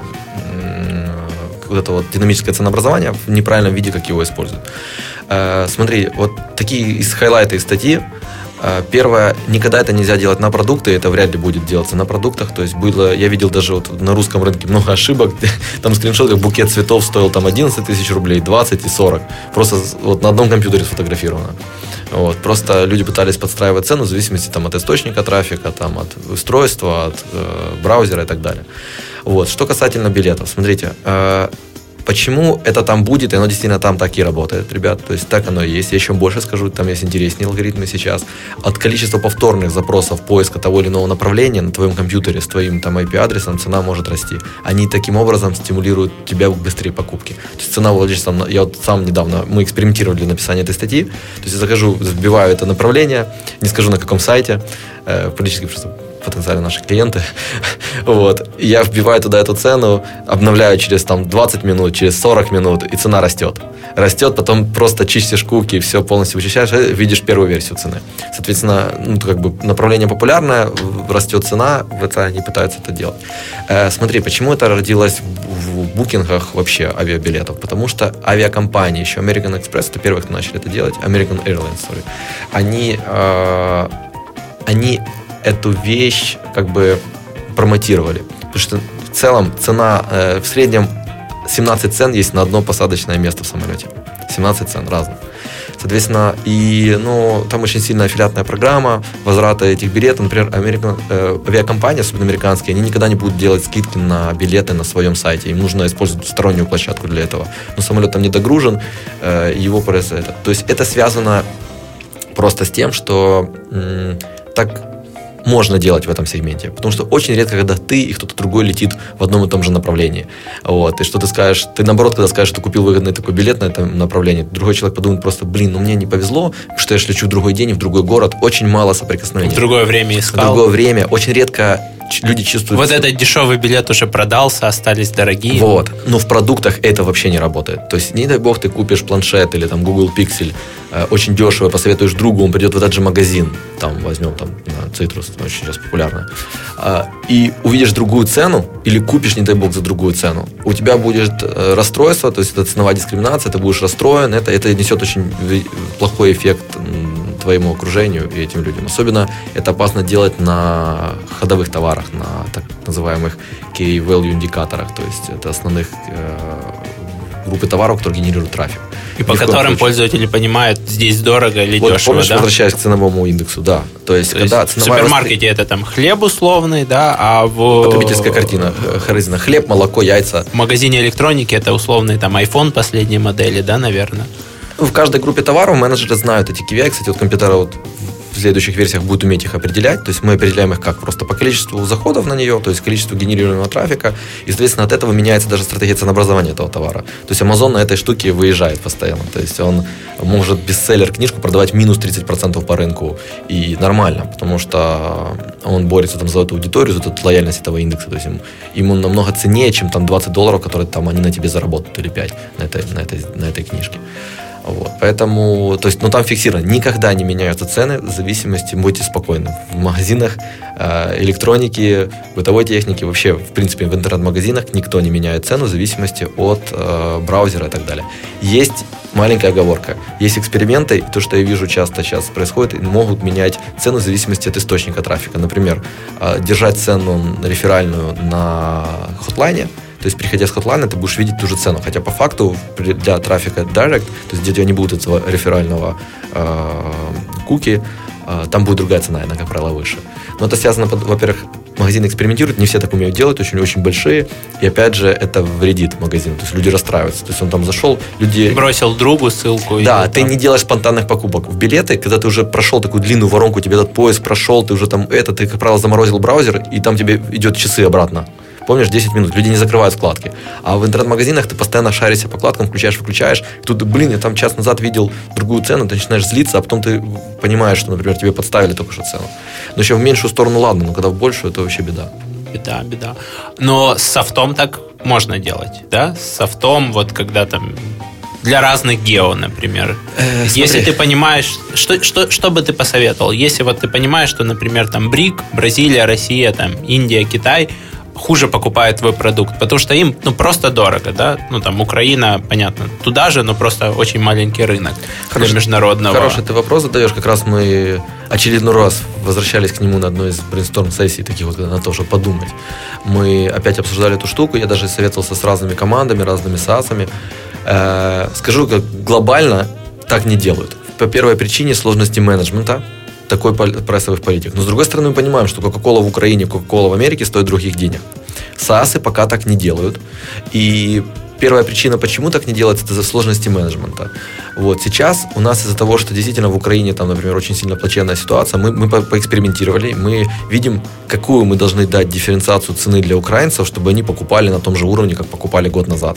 вот это вот динамическое ценообразование в неправильном виде, как его используют. Смотри, вот такие хайлайты из статьи. Первое, никогда это нельзя делать на продукты, это вряд ли будет делаться на продуктах. То есть я видел даже вот на русском рынке много ошибок. Там скриншот, как букет цветов стоил там 11 тысяч рублей, 20 и 40. Просто вот на одном компьютере сфотографировано. Вот. Просто люди пытались подстраивать цену в зависимости там, от источника трафика, там, от устройства, от браузера и так далее. Вот. Что касательно билетов, смотрите, почему это там будет, и оно действительно там так и работает, ребят. То есть так оно и есть. Я еще больше скажу, там есть интереснее алгоритмы сейчас. От количества повторных запросов поиска того или иного направления на твоем компьютере с твоим там IP-адресом цена может расти. Они таким образом стимулируют тебя к быстрее покупке. То есть цена владельца, я вот сам недавно, мы экспериментировали для написания этой статьи. То есть я захожу, вбиваю это направление, не скажу на каком сайте, политически просто потенциально наши клиенты. Вот. И я вбиваю туда эту цену, обновляю через там 20 минут, через 40 минут, и цена растет. Растет, потом просто чистишь куки, все полностью вычищаешь, и видишь первую версию цены. Соответственно, как бы направление популярное, растет цена, они пытаются это делать. Смотри, почему это родилось в букингах вообще авиабилетов? Потому что авиакомпании, еще American Express, это первые, кто начали это делать, American Airlines, они эту вещь как бы промотировали. Потому что в целом цена в среднем 17 цен есть на одно посадочное место в самолете. 17 цен разных. Соответственно, там очень сильная аффилиатная программа возврата этих билетов. Например, авиакомпании, особенно американские, они никогда не будут делать скидки на билеты на своем сайте. Им нужно использовать стороннюю площадку для этого. Но самолет там не догружен, его просто это. То есть это связано просто с тем, что так можно делать в этом сегменте. Потому что очень редко, когда ты и кто-то другой летит в одном и том же направлении. Вот. И что ты скажешь, ты наоборот, когда скажешь, что купил выгодный такой билет на этом направлении, другой человек подумает просто, мне не повезло, что я ж лечу в другой день, в другой город, очень мало соприкосновений. В другое время искал. В другое время. Очень редко люди чувствуют... Вот этот дешевый билет уже продался, остались дорогие. Вот. Но в продуктах это вообще не работает. То есть, не дай бог, ты купишь планшет или там Google Pixel очень дешево, посоветуешь другу, он придет в этот же магазин, там возьмем там Citrus, очень сейчас популярно, и увидишь другую цену или купишь, не дай бог, за другую цену. У тебя будет расстройство, то есть это ценовая дискриминация, ты будешь расстроен, это несет очень плохой эффект твоему окружению и этим людям. Особенно это опасно делать на ходовых товарах, на так называемых key value индикаторах, то есть это основных группы товаров, которые генерируют трафик. И по которым пользователи понимают, здесь дорого или вот, дешево, помнишь, да? возвращаясь к ценовому индексу, да. То есть когда в супермаркете это там хлеб условный, да, а в... Потребительская картина, корзина. Хлеб, молоко, яйца. В магазине электроники это условный там iPhone последней модели, да, наверное? В каждой группе товаров менеджеры знают эти KPI. Кстати, вот компьютеры вот в следующих версиях будут уметь их определять. То есть мы определяем их как просто по количеству заходов на нее, то есть количеству генерируемого трафика. И, соответственно, от этого меняется даже стратегия ценообразования этого товара. То есть Amazon на этой штуке выезжает постоянно. То есть он может бестселлер книжку продавать минус 30% по рынку. И нормально, потому что он борется там за эту аудиторию, за эту лояльность этого индекса. То есть ему намного ценнее, чем там $20, которые там они на тебе заработают, или 5 на этой книжке. Вот, поэтому, то есть, ну, там фиксировано, никогда не меняются цены в зависимости, будьте спокойны, в магазинах электроники, бытовой техники, вообще, в принципе, в интернет-магазинах никто не меняет цену в зависимости от браузера и так далее. Есть маленькая оговорка, есть эксперименты, и то, что я вижу часто сейчас происходит, могут менять цену в зависимости от источника трафика. Например, держать цену реферальную на хотлайне. То есть, приходя с хотлайна, ты будешь видеть ту же цену. Хотя, по факту, для трафика Direct, то есть, где у тебя не будет этого реферального куки, там будет другая цена, она, как правило, выше. Но это связано, во-первых, магазины экспериментируют, не все так умеют делать, очень большие, и, опять же, это вредит магазину. То есть, люди расстраиваются. То есть, он там зашел, люди... Бросил другу ссылку. Да, ты не делаешь спонтанных покупок. В билеты, когда ты уже прошел такую длинную воронку, тебе этот поиск прошел, ты уже там ты, как правило, заморозил браузер, и там тебе идет часы обратно. Помнишь, 10 минут, люди не закрывают вкладки. А в интернет-магазинах ты постоянно шаришься по вкладкам, включаешь, выключаешь. Тут, я там час назад видел другую цену, ты начинаешь злиться, а потом ты понимаешь, что, например, тебе подставили только что цену. Но еще в меньшую сторону ладно, но когда в большую, это вообще беда. Беда. Но с софтом так можно делать, да? С софтом, вот когда там для разных гео, например. Если ты понимаешь, что бы ты посоветовал? Если вот ты понимаешь, что, например, там БРИК, Бразилия, Россия, там Индия, Китай хуже покупают твой продукт, потому что им, просто дорого, да? Ну, там, Украина, понятно, туда же, но просто очень маленький рынок для международного. Хороший ты вопрос задаешь. Как раз мы очередной раз возвращались к нему на одной из брейнсторм-сессий, таких вот, на то, чтобы подумать. Мы опять обсуждали эту штуку, я даже советовался с разными командами, разными САСами. Скажу, как глобально так не делают. По первой причине сложности менеджмента, такой прайсовых политик. Но, с другой стороны, мы понимаем, что Coca-Cola в Украине, Coca-Cola в Америке стоит других денег. САСы пока так не делают. И первая причина, почему так не делается, это за сложности менеджмента. Вот сейчас у нас из-за того, что действительно в Украине, там, например, очень сильно плачевная ситуация, мы поэкспериментировали, мы видим, какую мы должны дать дифференциацию цены для украинцев, чтобы они покупали на том же уровне, как покупали год назад.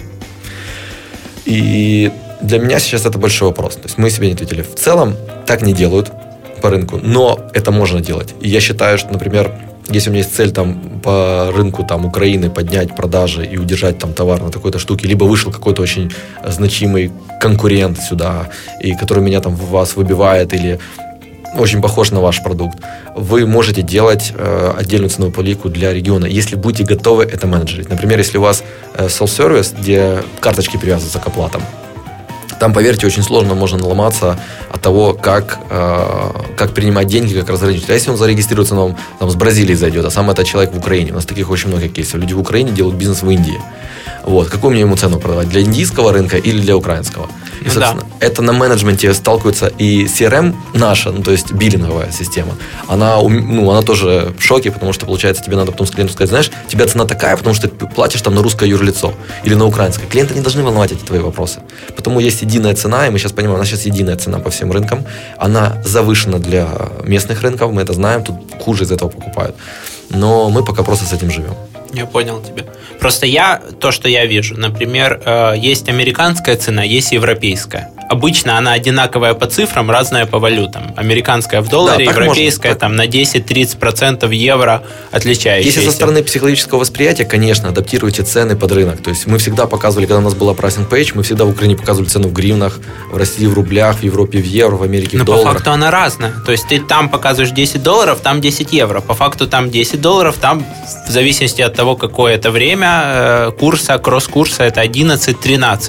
И для меня сейчас это большой вопрос. То есть мы себе не ответили. В целом так не делают по рынку, но это можно делать. И я считаю, что, например, если у меня есть цель там по рынку там Украины поднять продажи и удержать там товар на такой-то штуке, либо вышел какой-то очень значимый конкурент сюда, и который меня там в вас выбивает или очень похож на ваш продукт, вы можете делать отдельную ценовую политику для региона, если будете готовы это менеджерить. Например, если у вас self-service, где карточки привязываются к оплатам, там, поверьте, очень сложно можно наломаться от того, как принимать деньги, как разграничить. А если он зарегистрируется, там, с Бразилии зайдет, а сам это человек в Украине. У нас таких очень много кейсов. Люди в Украине делают бизнес в Индии. Вот. Какую мне ему цену продавать? Для индийского рынка или для украинского? И, собственно, это на менеджменте сталкивается и CRM наша, то есть биллинговая система. Она тоже в шоке, потому что, получается, тебе надо потом с клиентом сказать, знаешь, у тебя цена такая, потому что ты платишь там на русское юрлицо или на украинское. Клиенты не должны волновать эти твои вопросы. Потому есть единая цена, и мы сейчас понимаем, у нас сейчас единая цена по всем рынкам. Она завышена для местных рынков, мы это знаем, тут хуже из этого покупают. Но мы пока просто с этим живем. Я понял тебя. Просто то, что я вижу, например, есть американская цена, есть европейская. Обычно она одинаковая по цифрам, разная по валютам. Американская в долларе, да, европейская можно, там на 10-30% евро отличающаяся. Если со стороны психологического восприятия, конечно, адаптируйте цены под рынок. То есть мы всегда показывали, когда у нас была pricing page, мы всегда в Украине показывали цену в гривнах, в России в рублях, в Европе в евро, в Америке в долларах. Но по факту она разная. То есть ты там показываешь $10, там 10 евро. По факту там $10, там в зависимости от того, какое это время, кросс-курса это 11-13.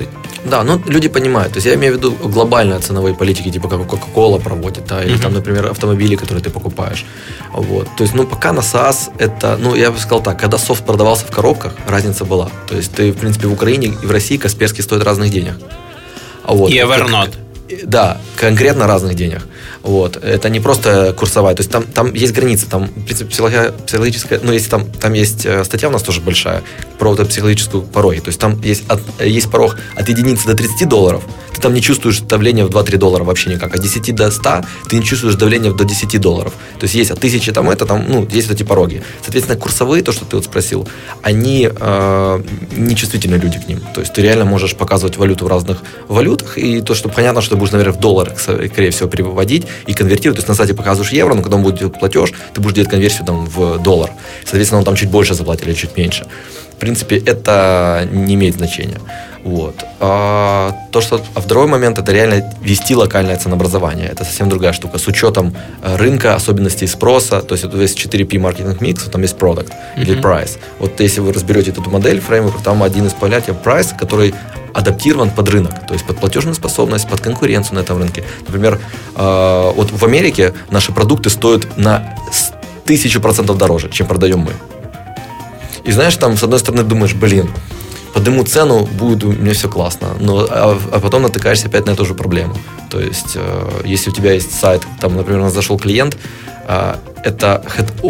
Да, ну люди понимают. То есть я имею в виду глобальные ценовые политики, типа как Coca-Cola проводит, да, или там, например, автомобили, которые ты покупаешь. Вот. То есть, пока на SaaS это, я бы сказал так, когда софт продавался в коробках, разница была. То есть ты, в принципе, в Украине и в России Касперский стоит разных денег. Вот. И Evernote. Да, конкретно разных денег. Вот. Это не просто курсовая. То есть там есть границы. Там, в принципе, психологическая... если там есть статья у нас тоже большая про психологическую пороги. То есть там есть порог от единицы до $30. Ты там не чувствуешь давления в $2-3 вообще никак. От 10 до 100 ты не чувствуешь давления до $10. То есть есть от 1000 есть эти пороги. Соответственно, курсовые, то, что ты спросил, они нечувствительны люди к ним. То есть ты реально можешь показывать валюту в разных валютах. И то, что понятно, что ты будешь, наверное, в доллар, скорее всего, переводить и конвертировать. То есть на сайте показываешь евро, но когда он будет делать платеж, ты будешь делать конверсию в доллар. Соответственно, он там чуть больше заплатит или чуть меньше. В принципе, это не имеет значения. Вот. А второй момент – это реально вести локальное ценообразование. Это совсем другая штука. С учетом рынка, особенностей спроса. То есть вот есть 4P маркетинг микс, там есть product или price. Вот если вы разберете эту модель, фреймворк, там один из понятий price, который адаптирован под рынок, то есть под платежную способность, под конкуренцию на этом рынке. Например, вот в Америке наши продукты стоят на 1000% дороже, чем продаем мы. И знаешь, там с одной стороны думаешь, подниму цену, будет у меня все классно, а потом натыкаешься опять на эту же проблему. То есть, если у тебя есть сайт, там, например, у нас зашел клиент, это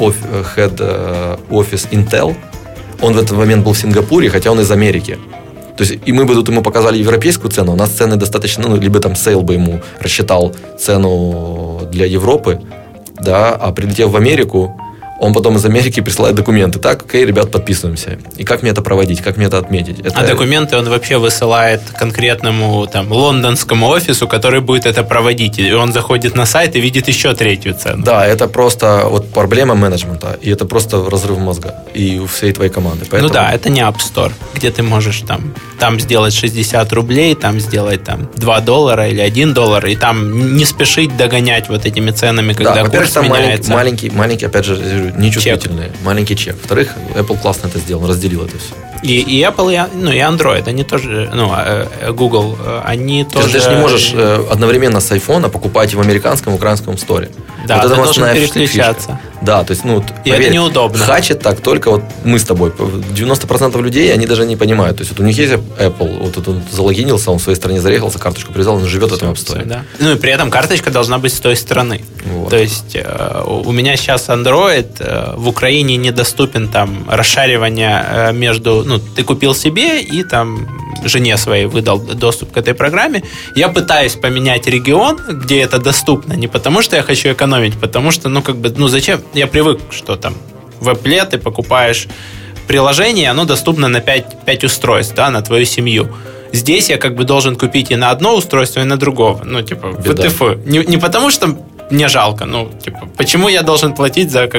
head office Intel, он в этот момент был в Сингапуре, хотя он из Америки. То есть, и мы бы тут ему показали европейскую цену, у нас цены достаточно, либо там сейл бы ему рассчитал цену для Европы, да, а прилетев в Америку, он потом из Америки присылает документы. Так, окей, ребят, подписываемся. И как мне это проводить, как мне это отметить? А документы он вообще высылает конкретному лондонскому офису, который будет это проводить. И он заходит на сайт и видит еще третью цену. Да, это просто проблема менеджмента. И это просто разрыв мозга. И у всей твоей команды. Поэтому... это не App Store, где ты можешь там сделать 60 рублей, там сделать $2 или $1, и там не спешить догонять вот этими ценами, когда курс меняется. Маленький, опять же, нечувствительные, маленький чек. Во-вторых, Apple классно это сделал, разделил это все. И Apple, и Android, они тоже, Google, они тоже... Ты даже не можешь одновременно с iPhone покупать и в американском, и в украинском сторе. Да, вот ты должен переключаться. Фишка. Да, то есть, и поверь, это неудобно. Хачат так только мы с тобой. 90% людей, они даже не понимают. То есть, у них есть Apple, вот тут он залогинился, он в своей стране зарегался, карточку привязал, он живет в этом App Store. Да. И при этом карточка должна быть с той стороны. Вот. То есть, у меня сейчас Android, в Украине недоступен расшаривание между... ты купил себе и жене своей выдал доступ к этой программе. Я пытаюсь поменять регион, где это доступно, не потому что я хочу экономить, потому что, зачем? Я привык, что в Apple ты покупаешь приложение, оно доступно на 5 устройств, да, на твою семью. Здесь я должен купить и на одно устройство, и на другого. ВТФ. Не потому что мне жалко, почему я должен платить за,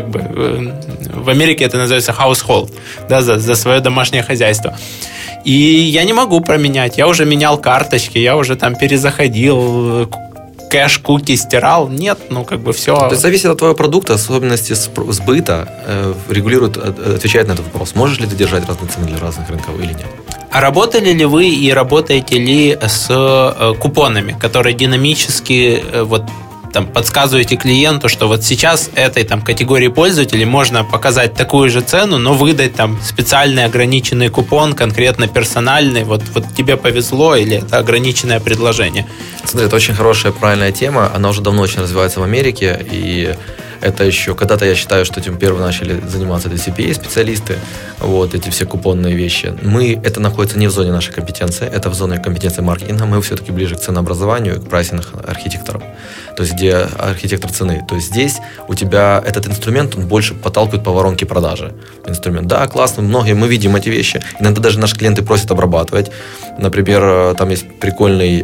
в Америке это называется household, да, за свое домашнее хозяйство. И я не могу променять. Я уже менял карточки, я уже перезаходил, кэш, куки стирал. Нет, все. То есть зависит от твоего продукта, особенности сбыта отвечает на этот вопрос. Можешь ли ты держать разные цены для разных рынков или нет? А работали ли вы и работаете ли с купонами, которые динамически подсказываете клиенту, что вот сейчас этой категории пользователей можно показать такую же цену, но выдать специальный ограниченный купон, конкретно персональный, вот тебе повезло, или это ограниченное предложение? Смотри, это очень хорошая, правильная тема, она уже давно очень развивается в Америке, и это еще, когда-то я считаю, что этим первые начали заниматься CPA-специалисты, эти все купонные вещи. Это находится не в зоне нашей компетенции, это в зоне компетенции маркетинга, мы все-таки ближе к ценообразованию и к прайсинг-архитекторам, то есть где архитектор цены. То есть здесь у тебя этот инструмент, он больше подталкивает по воронке продажи. Инструмент, да, классно, мы видим эти вещи, иногда даже наши клиенты просят обрабатывать. Например, там есть прикольный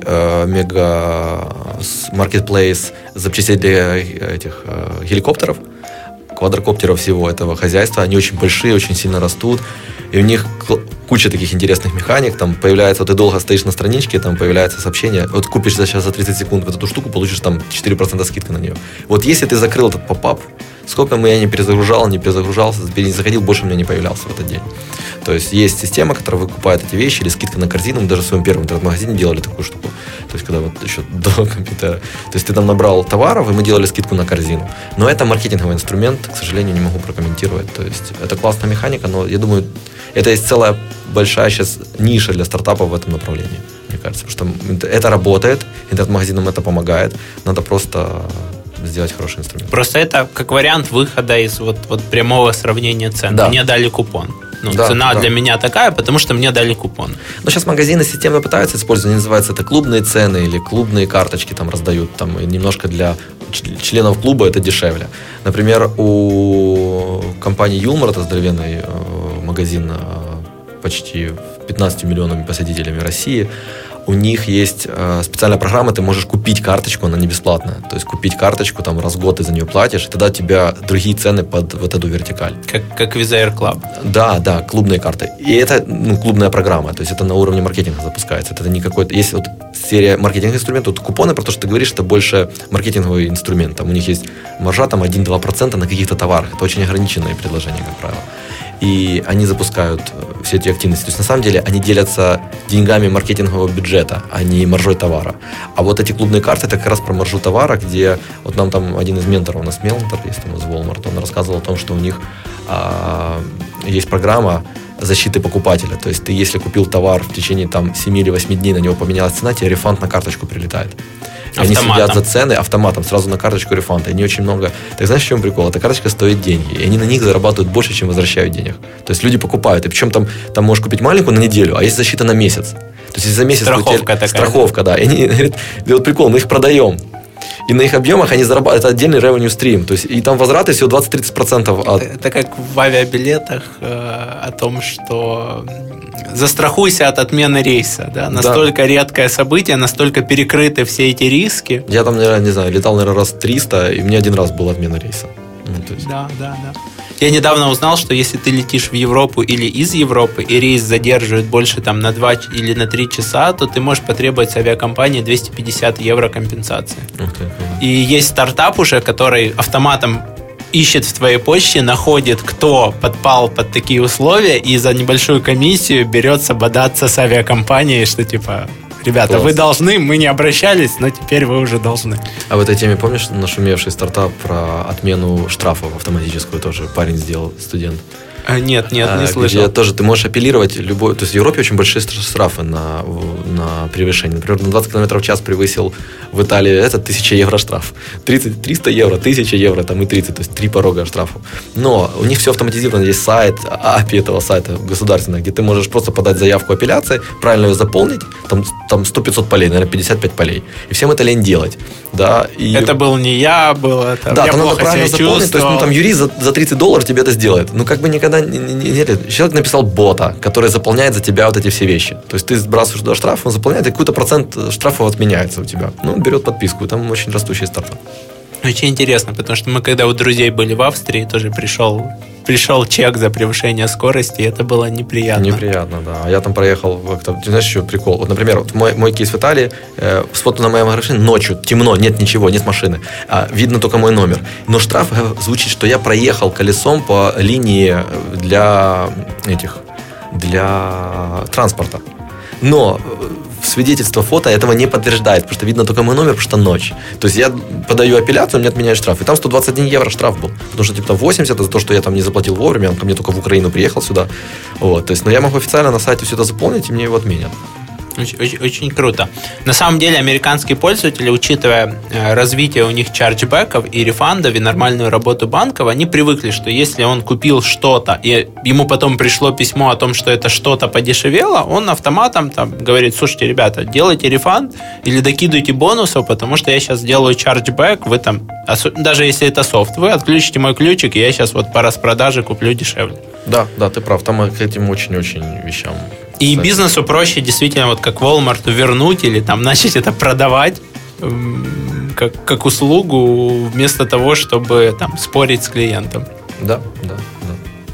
мега-маркетплейс запчастей для этих геликоптеров, квадрокоптеров всего этого хозяйства. Они очень большие, очень сильно растут. И у них куча таких интересных механик. Там появляется, ты долго стоишь на страничке, там появляется сообщение. Вот купишь сейчас за 30 секунд эту штуку, получишь 4% скидка на нее. Вот если ты закрыл этот поп-ап, Сколько я не перезагружался, не заходил, больше у меня не появлялся в этот день. То есть есть система, которая выкупает эти вещи, или скидка на корзину. Мы даже в своем первом интернет-магазине делали такую штуку. То есть когда вот еще до компьютера. То есть ты там набрал товаров, и мы делали скидку на корзину. Но это маркетинговый инструмент, к сожалению, не могу прокомментировать. То есть это классная механика, но я думаю, это есть целая большая сейчас ниша для стартапов в этом направлении, мне кажется. Потому что это работает, интернет-магазинам это помогает. Надо просто сделать хороший инструмент. Просто это как вариант выхода из вот прямого сравнения цен. Да. Мне дали купон. Цена для меня такая, потому что мне дали купон. Но сейчас магазины системно пытаются использовать, они называются это клубные цены или клубные карточки там раздают, там, и немножко для членов клуба это дешевле. Например, у компании Юмор, это здоровенный магазин почти 15 миллионами посетителями России, у них есть специальная программа, ты можешь купить карточку, она не бесплатная. То есть купить карточку, там раз в год ты за нее платишь, и тогда у тебя другие цены под вот эту вертикаль. Как Visa Air Club. Да, клубные карты. И это клубная программа, то есть это на уровне маркетинга запускается. Это не какой-то... Есть вот серия маркетинговых инструментов, вот купоны, про то, что ты говоришь, это больше маркетинговый инструмент. Там у них есть маржа там 1-2% на каких-то товарах. Это очень ограниченные предложения, как правило. И они запускают все эти активности. То есть, на самом деле, они делятся деньгами маркетингового бюджета, а не маржой товара. А вот эти клубные карты, это как раз про маржу товара, где вот нам там один из менторов, у нас Мелантор есть, там из Walmart, он рассказывал о том, что у них есть программа защиты покупателя. То есть, ты, если купил товар в течение там 7 или 8 дней, на него поменялась цена, тебе рефанд на карточку прилетает. Они следят за цены автоматом, сразу на карточку рефанда. И не очень много. Так знаешь, в чем прикол? Эта карточка стоит деньги. И они на них зарабатывают больше, чем возвращают денег. То есть люди покупают. И причем там можешь купить маленькую на неделю, а есть защита на месяц. То есть за месяц... Страховка такая. Страховка, да. И они говорят, вот прикол, мы их продаем. И на их объемах они зарабатывают. Это отдельный revenue stream. То есть, и там возвраты всего 20-30% от... Это как в авиабилетах о том, что застрахуйся от отмены рейса. Да? Настолько редкое событие, настолько перекрыты все эти риски. Я там, не знаю, летал, наверное, раз 300, и мне один раз была отмена рейса. Да. Я недавно узнал, что если ты летишь в Европу или из Европы, и рейс задерживает больше там, на 2 или на 3 часа, то ты можешь потребовать с авиакомпании 250 евро компенсации. И есть стартап уже, который автоматом ищет в твоей почте, находит, кто подпал под такие условия, и за небольшую комиссию берется бодаться с авиакомпанией, что типа... Ребята, вы должны, мы не обращались, но теперь вы уже должны. А в этой теме помнишь нашумевший стартап про отмену штрафов автоматическую тоже парень сделал, студент? Нет, не слышал. Тоже ты можешь апеллировать любой... То есть в Европе очень большие штрафы на превышение. Например, на 20 км в час превысил в Италии 1000 евро штраф. 300 евро, 1000 евро там и 30. То есть 3 порога штрафов. Но у них все автоматизировано. Есть сайт, API этого сайта государственного, где ты можешь просто подать заявку апелляции, правильно ее заполнить. Там 100-500 полей, наверное, 55 полей. И всем это лень делать. Да, и... Это был не я, был это... Да, там надо правильно заполнить. То есть, там юрист за $30 тебе это сделает. Как бы никогда человек написал бота, который заполняет за тебя вот эти все вещи. То есть ты сбрасываешь туда штраф, он заполняет, и какой-то процент штрафов отменяется у тебя. Берет подписку, и там очень растущий стартап. Очень интересно, потому что мы, когда у друзей были в Австрии, тоже пришел чек за превышение скорости, и это было неприятно. Неприятно, да. А я там проехал, ты знаешь, еще прикол. Вот, например, мой кейс в Италии, сфотку на моей машине, ночью, темно, нет ничего, нет машины, видно только мой номер. Но штраф звучит, что я проехал колесом по линии для транспорта. Но свидетельство фото этого не подтверждает, потому что видно только мой номер, потому что ночь. То есть я подаю апелляцию, мне отменяют штраф. И там 121 евро штраф был. Потому что типа 80 за то, что я там не заплатил вовремя, он ко мне только в Украину приехал сюда. Вот. То есть, но я могу официально на сайте все это заполнить, и мне его отменят. Очень круто. На самом деле, американские пользователи, учитывая развитие у них чарджбеков и рефандов и нормальную работу банков, они привыкли, что если он купил что-то, и ему потом пришло письмо о том, что это что-то подешевело, он автоматом там говорит: слушайте, ребята, делайте рефанд или докидывайте бонусов, потому что я сейчас делаю чарджбек, вы там, даже если это софт, вы отключите мой ключик, и я сейчас вот по распродаже куплю дешевле. Да, ты прав, там к этим очень-очень вещам. И кстати, бизнесу проще действительно, вот как Walmart, вернуть или там начать это продавать как услугу, вместо того, чтобы там спорить с клиентом. Да.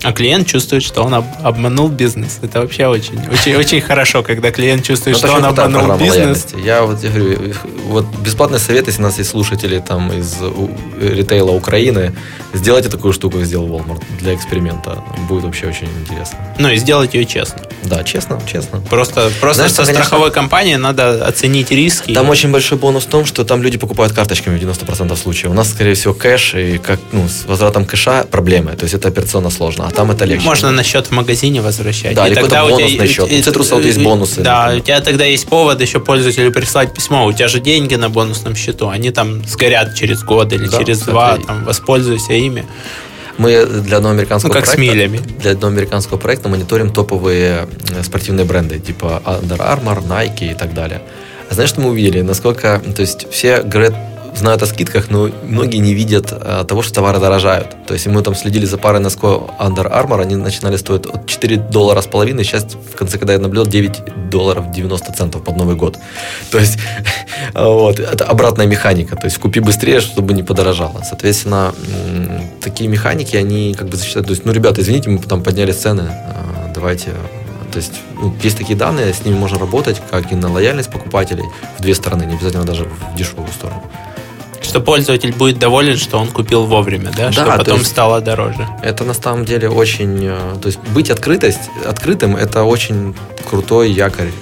А клиент чувствует, что он обманул бизнес. Это вообще очень, очень, очень хорошо, когда клиент чувствует, что он обманул бизнес. Я говорю, бесплатный совет, если у нас есть слушатели там из ритейла Украины, сделайте такую штуку, как сделал Walmart для эксперимента. Будет вообще очень интересно. И сделать ее честно. Да, честно. Просто знаешь, со страховой компанией надо оценить риски. Там очень большой бонус в том, что там люди покупают карточками в 90% случаев. У нас, скорее всего, кэш, и с возвратом кэша проблемы. То есть это операционно сложно, а там это легче. Можно на счет в магазине возвращать. Да, или какой-то бонусный счет. У Цитруса есть бонусы. Да, у тебя тогда есть повод еще пользователю прислать письмо. У тебя же деньги на бонусном счету. Они там сгорят через год или через 2. Там, воспользуйся ими. Мы для одного американского проекта, с милями. Для одного американского проекта мониторим топовые спортивные бренды, типа Under Armour, Nike и так далее. А знаешь, что мы увидели? Насколько, то есть все говорят, знают о скидках, но многие не видят того, что товары дорожают. То есть мы там следили за парой носков Under Armour, они начинали стоить от $4.50, сейчас в конце, когда я наблюдал, $9.90 под Новый год. То есть это обратная механика. То есть купи быстрее, чтобы не подорожало. Соответственно, такие механики, они как бы засчитают. То есть, ребята, извините, мы там подняли цены, давайте... То есть есть такие данные, с ними можно работать, как и на лояльность покупателей в две стороны, не обязательно даже в дешевую сторону. Что пользователь будет доволен, что он купил вовремя, да? Что потом стало дороже. Это на самом деле очень... То есть быть открытым – это очень крутой якорь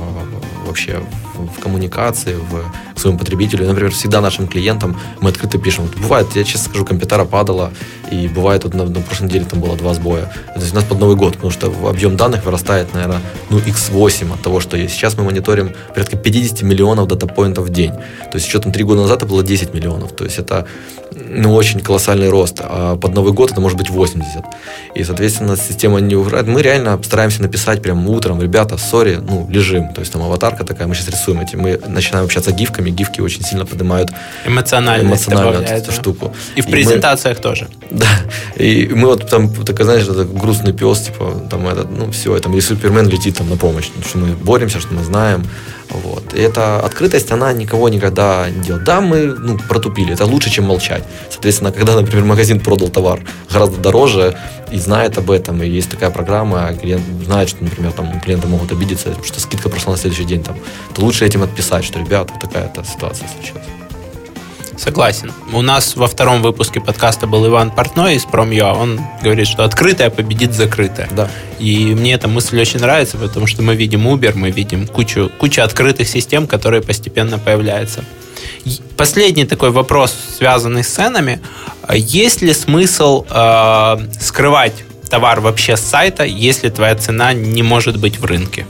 вообще в коммуникации, к своему потребителю. Например, всегда нашим клиентам мы открыто пишем. Бывает, я честно скажу, компьютера падала, и бывает, на прошлой неделе там было 2 сбоя. То есть у нас под Новый год, потому что объем данных вырастает, наверное, x8 от того, что есть. Сейчас мы мониторим порядка 50 миллионов дата-поинтов в день. То есть еще там 3 года назад это было 10 миллионов. То есть это очень колоссальный рост. А под Новый год это может быть 80. И, соответственно, система не уграет. Мы реально стараемся написать прямо утром: ребята, сори, лежим. То есть там аватарка такая, мы сейчас рисуем эти. Мы начинаем общаться гифками. Гифки очень сильно поднимают эмоциональную эту штуку. И в презентациях тоже. Да. И мы там, такой, знаешь, это грустный пес, типа, там все, там, и Супермен летит там на помощь. Что мы боремся, что мы знаем. Вот. И эта открытость, она никого никогда не делает. Да, мы протупили, это лучше, чем молчать. Соответственно, когда, например, магазин продал товар гораздо дороже и знает об этом, и есть такая программа, клиент знает, что, например, там клиенты могут обидеться, что скидка прошла на следующий день, то лучше этим отписать, что, ребята, такая-то ситуация случилась. Согласен. У нас во втором выпуске подкаста был Иван Портной из Prom.ua. Он говорит, что открытое победит закрытое. Да. И мне эта мысль очень нравится, потому что мы видим Uber, мы видим кучу открытых систем, которые постепенно появляются. Последний такой вопрос, связанный с ценами. Есть ли смысл скрывать товар вообще с сайта, если твоя цена не может быть в рынке?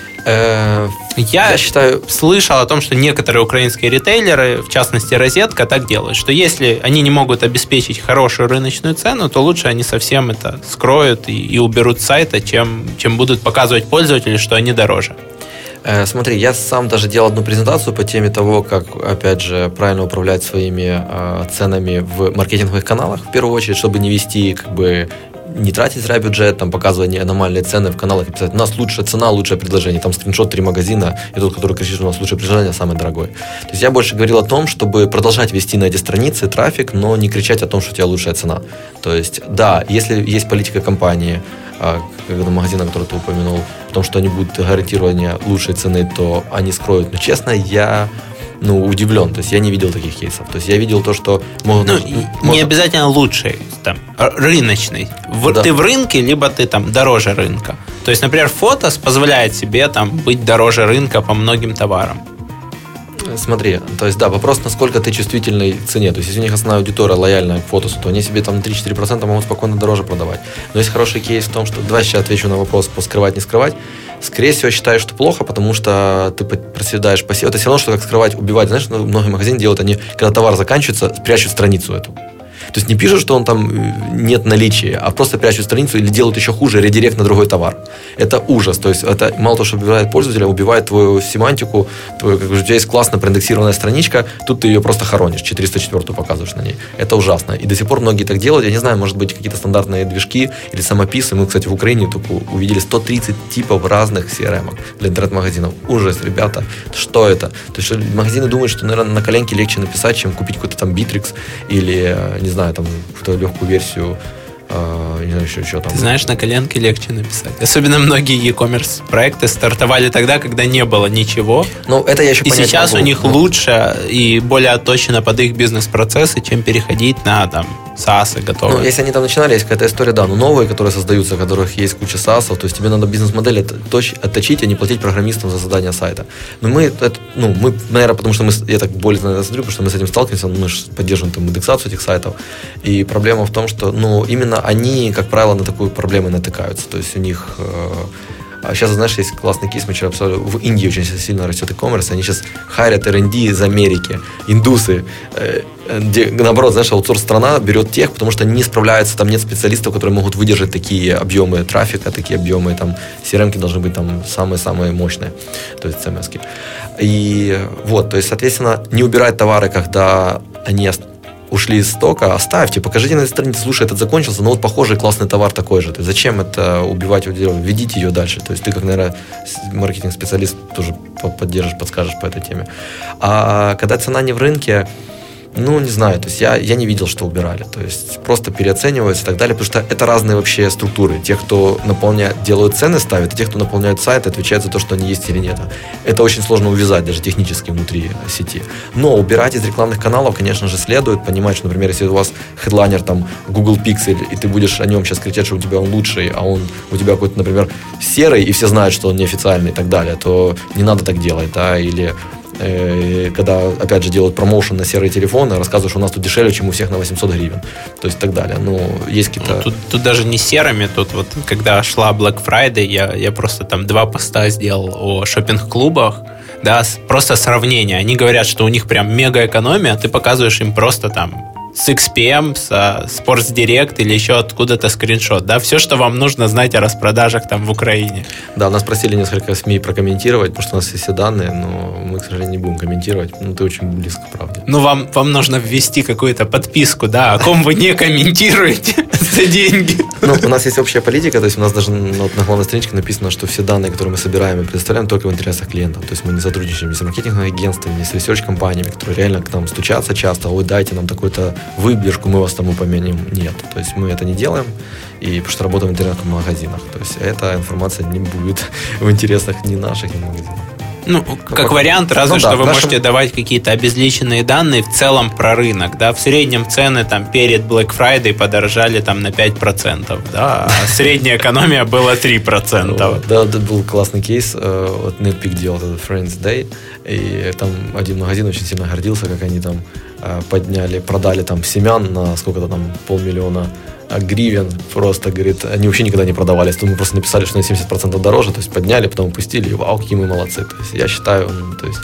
Я считаю, слышал о том, что некоторые украинские ритейлеры, в частности Розетка, так делают, что если они не могут обеспечить хорошую рыночную цену, то лучше они совсем это скроют и уберут с сайта, чем будут показывать пользователю, что они дороже. Смотри, я сам даже делал одну презентацию по теме того, как, опять же, правильно управлять своими ценами в маркетинговых каналах, в первую очередь, чтобы не вести, не тратить зря бюджет, там, показывать аномальные цены в каналах и писать: у нас лучшая цена, лучшее предложение, там скриншот 3 магазина, и тот, который кричит, у нас лучшее предложение, самый дорогой. То есть я больше говорил о том, чтобы продолжать вести на эти страницы трафик, но не кричать о том, что у тебя лучшая цена. То есть, да, если есть политика компании, магазина, который ты упомянул, о том, что они будут гарантирование лучшей цены, то они скроют. Но, честно, я удивлен. То есть я не видел таких кейсов. То есть я видел то, что не обязательно лучший, там, рыночный. Да. Ты в рынке, либо ты там дороже рынка. То есть, например, Фотос позволяет себе там быть дороже рынка по многим товарам. Смотри, то есть, да, вопрос, насколько ты чувствительный к цене. То есть, если у них основная аудитория лояльная к Фотосу, то они себе там 3-4% могут спокойно дороже продавать. Но есть хороший кейс в том, что... Давай сейчас отвечу на вопрос по скрывать, не скрывать. Скорее всего, считаю, что плохо, потому что ты проседаешь по SEO. Это все равно, что как скрывать, убивать. Знаешь, многие магазины делают, они, когда товар заканчивается, прячут страницу эту. То есть не пишут, что он там нет наличия, а просто прячут страницу или делают еще хуже, редирект на другой товар. Это ужас. То есть это мало того, что убивает пользователя, убивает твою семантику, у тебя есть классно проиндексированная страничка, тут ты ее просто хоронишь, 404-ю показываешь на ней. Это ужасно. И до сих пор многие так делают. Я не знаю, может быть, какие-то стандартные движки или самописы. Мы, кстати, в Украине только увидели 130 типов разных CRM для интернет-магазинов. Ужас, ребята. Что это? То есть магазины думают, что, наверное, на коленке легче написать, чем купить какой-то там Bittrex или, не знаю, там какую-то легкую версию не знаю, еще что там. Ты знаешь, на коленке легче написать. Особенно многие e-commerce проекты стартовали тогда, когда не было ничего. Ну, это я еще и сейчас могу. У них лучше и более отточено под их бизнес-процессы, чем переходить на там SaaS готовые. Ну, если они там начинали, есть какая-то история, да, но новые, которые создаются, у которых есть куча SaaS, то есть тебе надо бизнес-модель отточить, а не платить программистам за задание сайта. Но мы, наверное, потому что я так более смотрю, потому что мы с этим сталкиваемся, мы же поддерживаем там индексацию этих сайтов, и проблема в том, что, именно они, как правило, на такую проблему натыкаются, то есть у них... А сейчас, знаешь, есть классный кейс, мы вчера обсуждали, в Индии очень сильно растет e-commerce, они сейчас хайрят R&D из Америки, индусы, где, наоборот, знаешь, аутсорс-страна берет тех, потому что они не справляются, там нет специалистов, которые могут выдержать такие объемы трафика, такие объемы, там, CRM-ки должны быть там самые-самые мощные, то есть CMS-ки. И вот, то есть, соответственно, не убирать товары, когда они ушли из стока, оставьте, покажите на этой странице, слушай, этот закончился, но вот похожий классный товар такой же. То есть зачем это убивать аудиторию? Введите ее дальше. То есть ты, как, наверное, маркетинг-специалист тоже поддержишь, подскажешь по этой теме. А когда цена не в рынке, не знаю, то есть я не видел, что убирали. То есть просто переоцениваются и так далее, потому что это разные вообще структуры. Те, кто делают цены, ставят, и те, кто наполняют сайт, отвечают за то, что они есть или нет. Это очень сложно увязать, даже технически внутри сети. Но убирать из рекламных каналов, конечно же, следует понимать, что, например, если у вас хедлайнер там Google Pixel, и ты будешь о нем сейчас кричать, что у тебя он лучший, а он у тебя какой-то, например, серый, и все знают, что он неофициальный и так далее, то не надо так делать, да, или... когда, опять же, делают промоушен на серые телефоны, рассказывают, что у нас тут дешевле, чем у всех на 800 гривен. То есть, и так далее. Есть какие-то... Тут даже не серыми, тут вот, когда шла Black Friday, я просто там 2 поста сделал о шопинг-клубах, да, просто сравнение. Они говорят, что у них прям мега экономия, ты показываешь им просто там с XPM, с Sports Direct или еще откуда-то скриншот, да, все, что вам нужно знать о распродажах там в Украине. Да, нас просили несколько СМИ прокомментировать, потому что у нас есть все данные, но мы, к сожалению, не будем комментировать, ты очень близко к правде. Вам нужно ввести какую-то подписку, да, о ком вы не комментируете за деньги. У нас есть общая политика, то есть у нас даже на главной страничке написано, что все данные, которые мы собираем и предоставляем, только в интересах клиентов, то есть мы не сотрудничаем ни с маркетинговыми агентствами, ни с ресерч-компаниями, которые реально к нам стучатся часто, ой, дайте нам такой-то выбежку, мы вас там упомянем. Нет. То есть мы это не делаем, и потому что работаем в интернет-магазинах. То есть эта информация не будет в интересах ни наших, ни магазинов. Как вариант, разве что вы можете давать какие-то обезличенные данные в целом про рынок, да, в среднем цены там перед Black Friday подорожали там на 5%, да, а средняя экономия была 3%. Да, это был классный кейс, вот NetPeak делал этот Friends Day, и там один магазин очень сильно гордился, как они там продали там семян на сколько-то там 500 000 гривен, просто, говорит, они вообще никогда не продавались, то мы просто написали, что на 70% дороже, то есть подняли, потом опустили, и вау, какие мы молодцы, то есть я считаю, то есть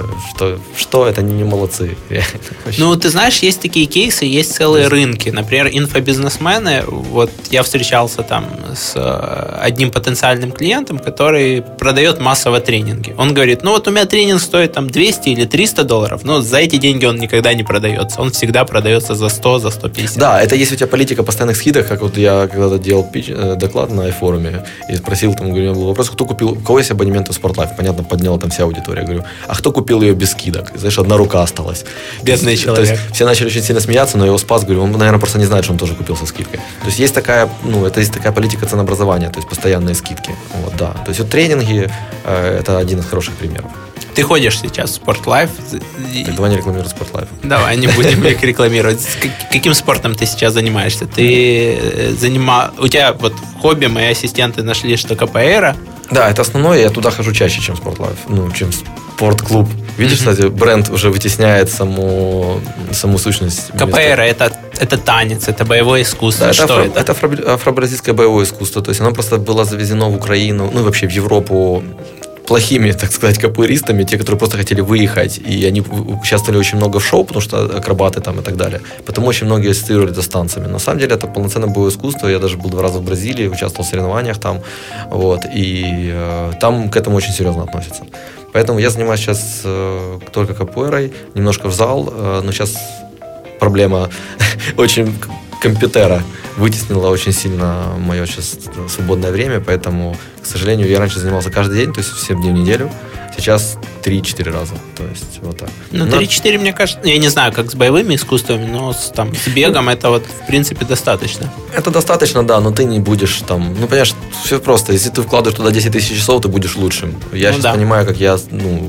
что это не молодцы. Ты знаешь, есть такие кейсы, есть целые рынки. Например, инфобизнесмены. Вот я встречался там с одним потенциальным клиентом, который продает массово тренинги. Он говорит, у меня тренинг стоит там 200 или 300 долларов, но за эти деньги он никогда не продается. Он всегда продается за 100, за 150. Да, это есть у тебя политика постоянных скидок, как вот я когда-то делал доклад на iForum и спросил, там, говорю, был вопрос, кто купил, у кого есть абонемент в SportLife? Понятно, подняла там вся аудитория. Говорю, а кто купил ее без скидок? Знаешь, одна рука осталась. Бедный человек. То есть все начали очень сильно смеяться, но я его спас, говорю, он, наверное, просто не знает, что он тоже купил со скидкой. То есть есть такая, есть такая политика ценообразования, то есть постоянные скидки. Вот, да. То есть вот тренинги это один из хороших примеров. Ты ходишь сейчас в SportLife. Так, давай не рекламируй SportLife. Давай, не будем рекламировать. Каким спортом ты сейчас занимаешься? У тебя вот в хобби мои ассистенты нашли, что КПР. Да, это основное, я туда хожу чаще, чем SportLife, чем спортклуб. Видишь, кстати, бренд уже вытесняет саму сущность. КПР это танец, это боевое искусство. Да, что это? Это афро-бразильское боевое искусство. То есть оно просто было завезено в Украину, и вообще в Европу плохими, так сказать, капуэристами, те, которые просто хотели выехать, и они участвовали очень много в шоу, потому что акробаты там и так далее. Потому очень многие ассоциировали это с танцами. На самом деле это полноценное боевое искусство. Я даже был 2 раза в Бразилии, участвовал в соревнованиях там, вот, и там к этому очень серьезно относятся. Поэтому я занимаюсь сейчас только капуэрой, немножко в зал, но сейчас проблема очень компьютера вытеснила очень сильно мое сейчас свободное время, поэтому, к сожалению, я раньше занимался каждый день, то есть 7 дней в неделю. Сейчас 3-4 раза. То есть вот так. Ну, 3-4, мне кажется, я не знаю, как с боевыми искусствами, но с бегом это вот, в принципе, достаточно. Это достаточно, да, но ты не будешь там... Ну, понимаешь, все просто. Если ты вкладываешь туда 10 тысяч часов, ты будешь лучшим. Я сейчас понимаю, как я,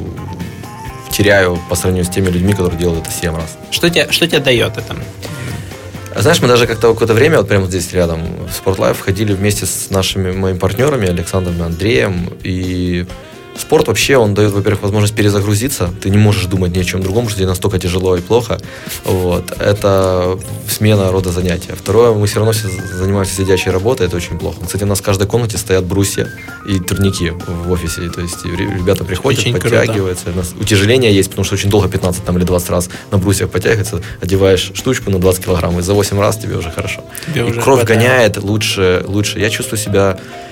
теряю по сравнению с теми людьми, которые делают это 7 раз. Что тебе дает это? Знаешь, мы даже как-то какое-то время, вот прямо здесь рядом, в Sportlife ходили вместе с моими партнерами, Александром и Андреем, и спорт вообще, он дает, во-первых, возможность перезагрузиться, ты не можешь думать ни о чем другом, что тебе настолько тяжело и плохо, вот, это смена рода занятия. Второе, мы все равно все занимаемся сидячей работой, это очень плохо. Кстати, у нас в каждой комнате стоят брусья и турники в офисе, то есть ребята приходят, очень подтягиваются, у нас утяжеление есть, потому что очень долго 15 там, или 20 раз на брусьях подтягивается, одеваешь штучку на 20 килограмм, и за 8 раз тебе уже хорошо. Тебе уже кровь гоняет лучше. Я чувствую себя...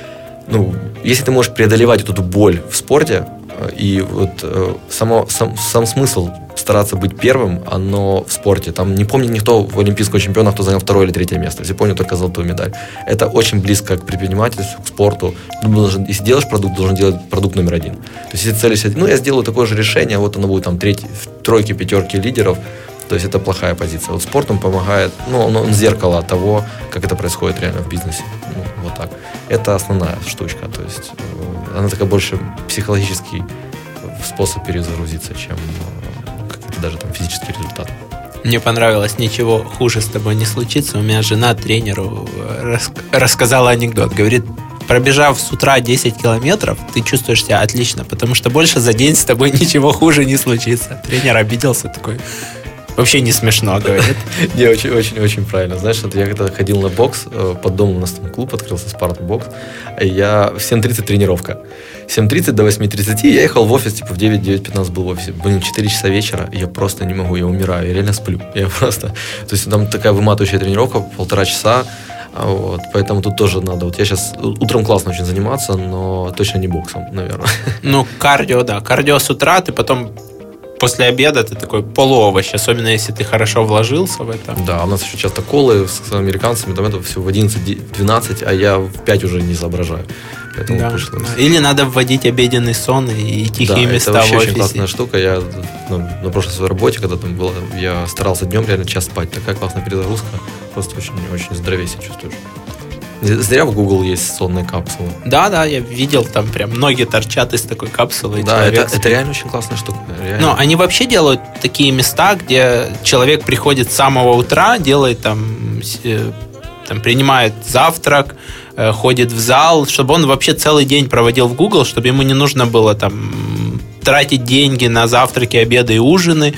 если ты можешь преодолевать эту боль в спорте, и вот сам смысл стараться быть первым, оно в спорте. Там не помнит никто в олимпийского чемпиона, кто занял 2 или 3 место. Все помнят только золотую медаль. Это очень близко к предпринимательству, к спорту. Если делаешь продукт, должен делать продукт номер 1. То есть, если целишься, я сделаю такое же решение, вот оно будет там в 3-ке, 5-ке лидеров, то есть это плохая позиция. Вот спорт он помогает, он зеркало того, как это происходит реально в бизнесе. Вот так. Это основная штучка. То есть она такая больше психологический способ перезагрузиться, чем какой-то даже там физический результат. Мне понравилось, ничего хуже с тобой не случится. У меня жена тренеру рассказала анекдот. Говорит, пробежав с утра 10 километров, ты чувствуешь себя отлично, потому что больше за день с тобой ничего хуже не случится. Тренер обиделся такой... Вообще не смешно, говорит. Не, очень правильно. Знаешь, я когда ходил на бокс, под домом у нас там клуб открылся, Спарт-бокс, я в 7:30 тренировка. 7:30 до 8:30 я ехал в офис, в 9-9:15 был в офисе. 4 часа вечера, я просто не могу, я умираю, я реально сплю. То есть там такая выматывающая тренировка, 1,5 часа, вот, поэтому тут тоже надо. Вот я сейчас утром классно очень заниматься, но точно не боксом, наверное. Кардио с утра, ты потом... После обеда ты такой полуовощ, особенно если ты хорошо вложился в это. Да, у нас еще часто колы с американцами, там это все в 11-12, а я в 5 уже не соображаю. Поэтому пришлось. Или надо вводить обеденный сон и тихие места в офисе. Это вообще очень классная штука. Я на прошлой своей работе, когда там было, я старался днем реально час спать. Такая классная перезагрузка. Просто очень здоровее себя чувствуешь. Зря в Google есть сонные капсулы. Да, я видел, там прям ноги торчат из такой капсулы. Да, это реально очень классная штука. Но они вообще делают такие места, где человек приходит с самого утра, делает там принимает завтрак, ходит в зал, чтобы он вообще целый день проводил в Google, чтобы ему не нужно было там тратить деньги на завтраки, обеды и ужины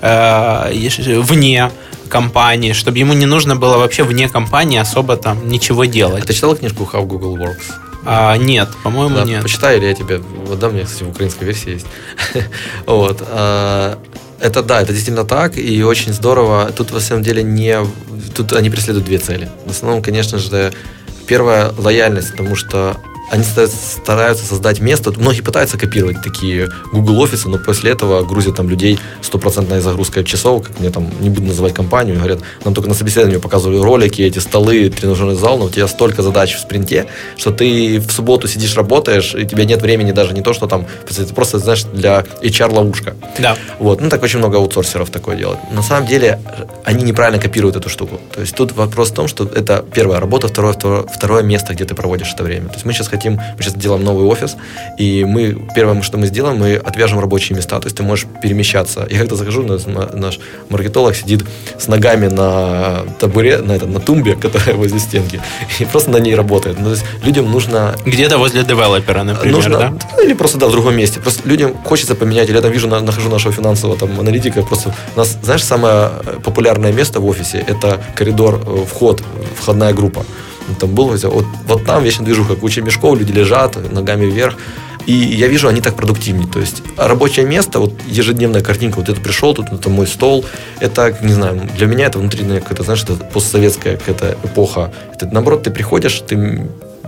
вне компании, чтобы ему не нужно было вообще вне компании особо там ничего делать. А ты читал книжку How Google Works? Нет, по-моему, нет. Почитай, или я тебе отдам, у меня, кстати, в украинской версии есть. Вот. Это действительно так, и очень здорово. Тут, на самом деле, тут они преследуют 2 цели. В основном, конечно же, первая – лояльность, потому что они стараются создать место. Многие пытаются копировать такие Google офисы, но после этого грузят там людей 100% загрузкой часов, как мне там, не буду называть компанию, говорят, нам только на собеседовании показывали ролики, эти столы, тренажерный зал, но у тебя столько задач в спринте, что ты в субботу сидишь, работаешь, и у тебя нет времени даже не то, что там, это просто, знаешь, для HR-ловушка. Да. Вот, так очень много аутсорсеров такое делают. На самом деле, они неправильно копируют эту штуку. То есть тут вопрос в том, что это первая работа, второе место, где ты проводишь это время. То есть мы сейчас делаем новый офис, и первое, что мы сделаем, мы отвяжем рабочие места, то есть ты можешь перемещаться. Я когда захожу, наш маркетолог сидит с ногами на табуре, на тумбе, которая возле стенки, и просто на ней работает. То есть людям нужно... Где-то возле девелопера, например, да? Или просто, в другом месте. Просто людям хочется поменять, или я там нахожу нашего финансового аналитика, просто у нас, знаешь, самое популярное место в офисе, это коридор, входная группа. Там был, вот там вечно движуха, куча мешков, люди лежат ногами вверх. И я вижу, они так продуктивнее. То есть рабочее место, ежедневная картинка, это пришел, тут это мой стол. Это, не знаю, для меня это внутренняя какая-то, знаешь, это постсоветская какая-то эпоха. Это, наоборот, ты приходишь, ты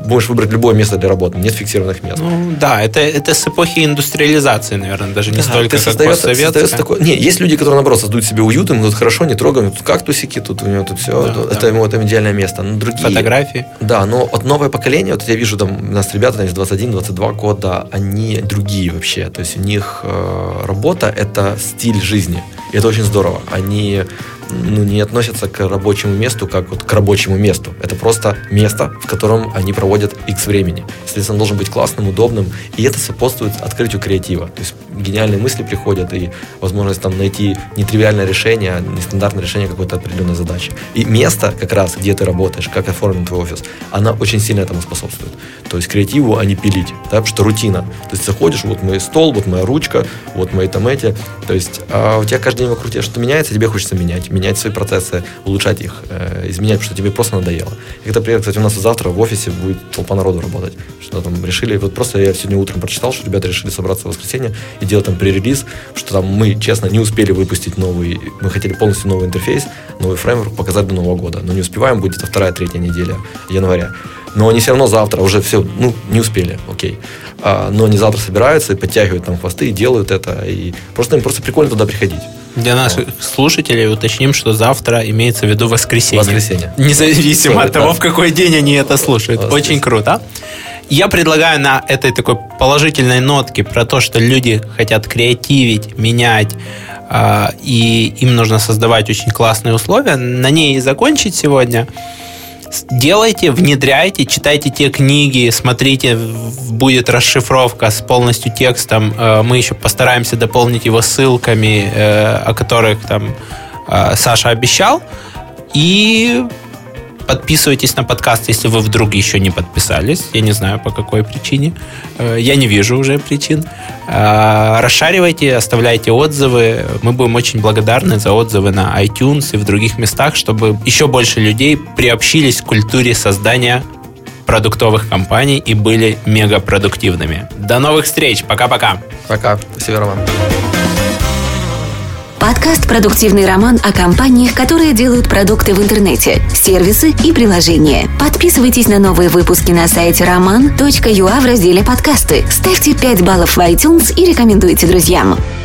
можешь выбрать любое место для работы, нет фиксированных мест. Ну, да, это с эпохи индустриализации, наверное, даже не столько, как постсоветская. Не, есть люди, которые, наоборот, создают себе уют, им тут хорошо, не трогаем, тут кактусики, тут у него тут все, это ему это идеальное место. Но другие, фотографии. Да, но вот новое поколение, вот я вижу, там, у нас ребята, там, 21-22 года, они другие вообще, то есть у них работа – это стиль жизни, и это очень здорово. Они не относятся к рабочему месту как вот к рабочему месту. Это просто место, в котором они проводят X времени. Соответственно, должен быть классным, удобным, и это сопутствует открытию креатива. То есть гениальные мысли приходят, и возможность там найти нетривиальное решение, а нестандартное решение какой-то определенной задачи. И место, как раз, где ты работаешь, как оформлен твой офис, она очень сильно этому способствует. То есть креативу, а не пилить. Да? Потому что рутина. То есть заходишь, вот мой стол, вот моя ручка, вот мои там эти. То есть у тебя каждый день вокруг тебя что-то меняется, тебе хочется менять свои процессы, улучшать их, изменять, потому что тебе просто надоело. И это, например, кстати, у нас завтра в офисе будет толпа народу работать. Что там решили, вот просто я сегодня утром прочитал, что ребята решили собраться в воскресенье и делать там пререлиз, что там мы, честно, не успели выпустить новый, мы хотели полностью новый интерфейс, новый фреймворк показать до Нового года, но не успеваем, будет это 2-3 неделя января. Но они все равно завтра уже все, не успели, окей. Но они завтра собираются и подтягивают там хвосты и делают это, и им просто прикольно туда приходить. Для наших слушателей уточним, что завтра имеется в виду воскресенье. Независимо от того, в какой день они это слушают. Очень круто. Я предлагаю на этой такой положительной нотке про то, что люди хотят креативить, менять, и им нужно создавать очень классные условия, на ней и закончить сегодня. Делайте, внедряйте, читайте те книги, смотрите, будет расшифровка с полностью текстом. Мы еще постараемся дополнить его ссылками, о которых там Саша обещал. И подписывайтесь на подкаст, если вы вдруг еще не подписались. Я не знаю, по какой причине. Я не вижу уже причин. Расшаривайте, оставляйте отзывы. Мы будем очень благодарны за отзывы на iTunes и в других местах, чтобы еще больше людей приобщились к культуре создания продуктовых компаний и были мегапродуктивными. До новых встреч. Пока-пока. Пока. Спасибо, Роман. Подкаст «Продуктивный роман» о компаниях, которые делают продукты в интернете, сервисы и приложения. Подписывайтесь на новые выпуски на сайте roman.ua в разделе «Подкасты». Ставьте 5 баллов в iTunes и рекомендуйте друзьям.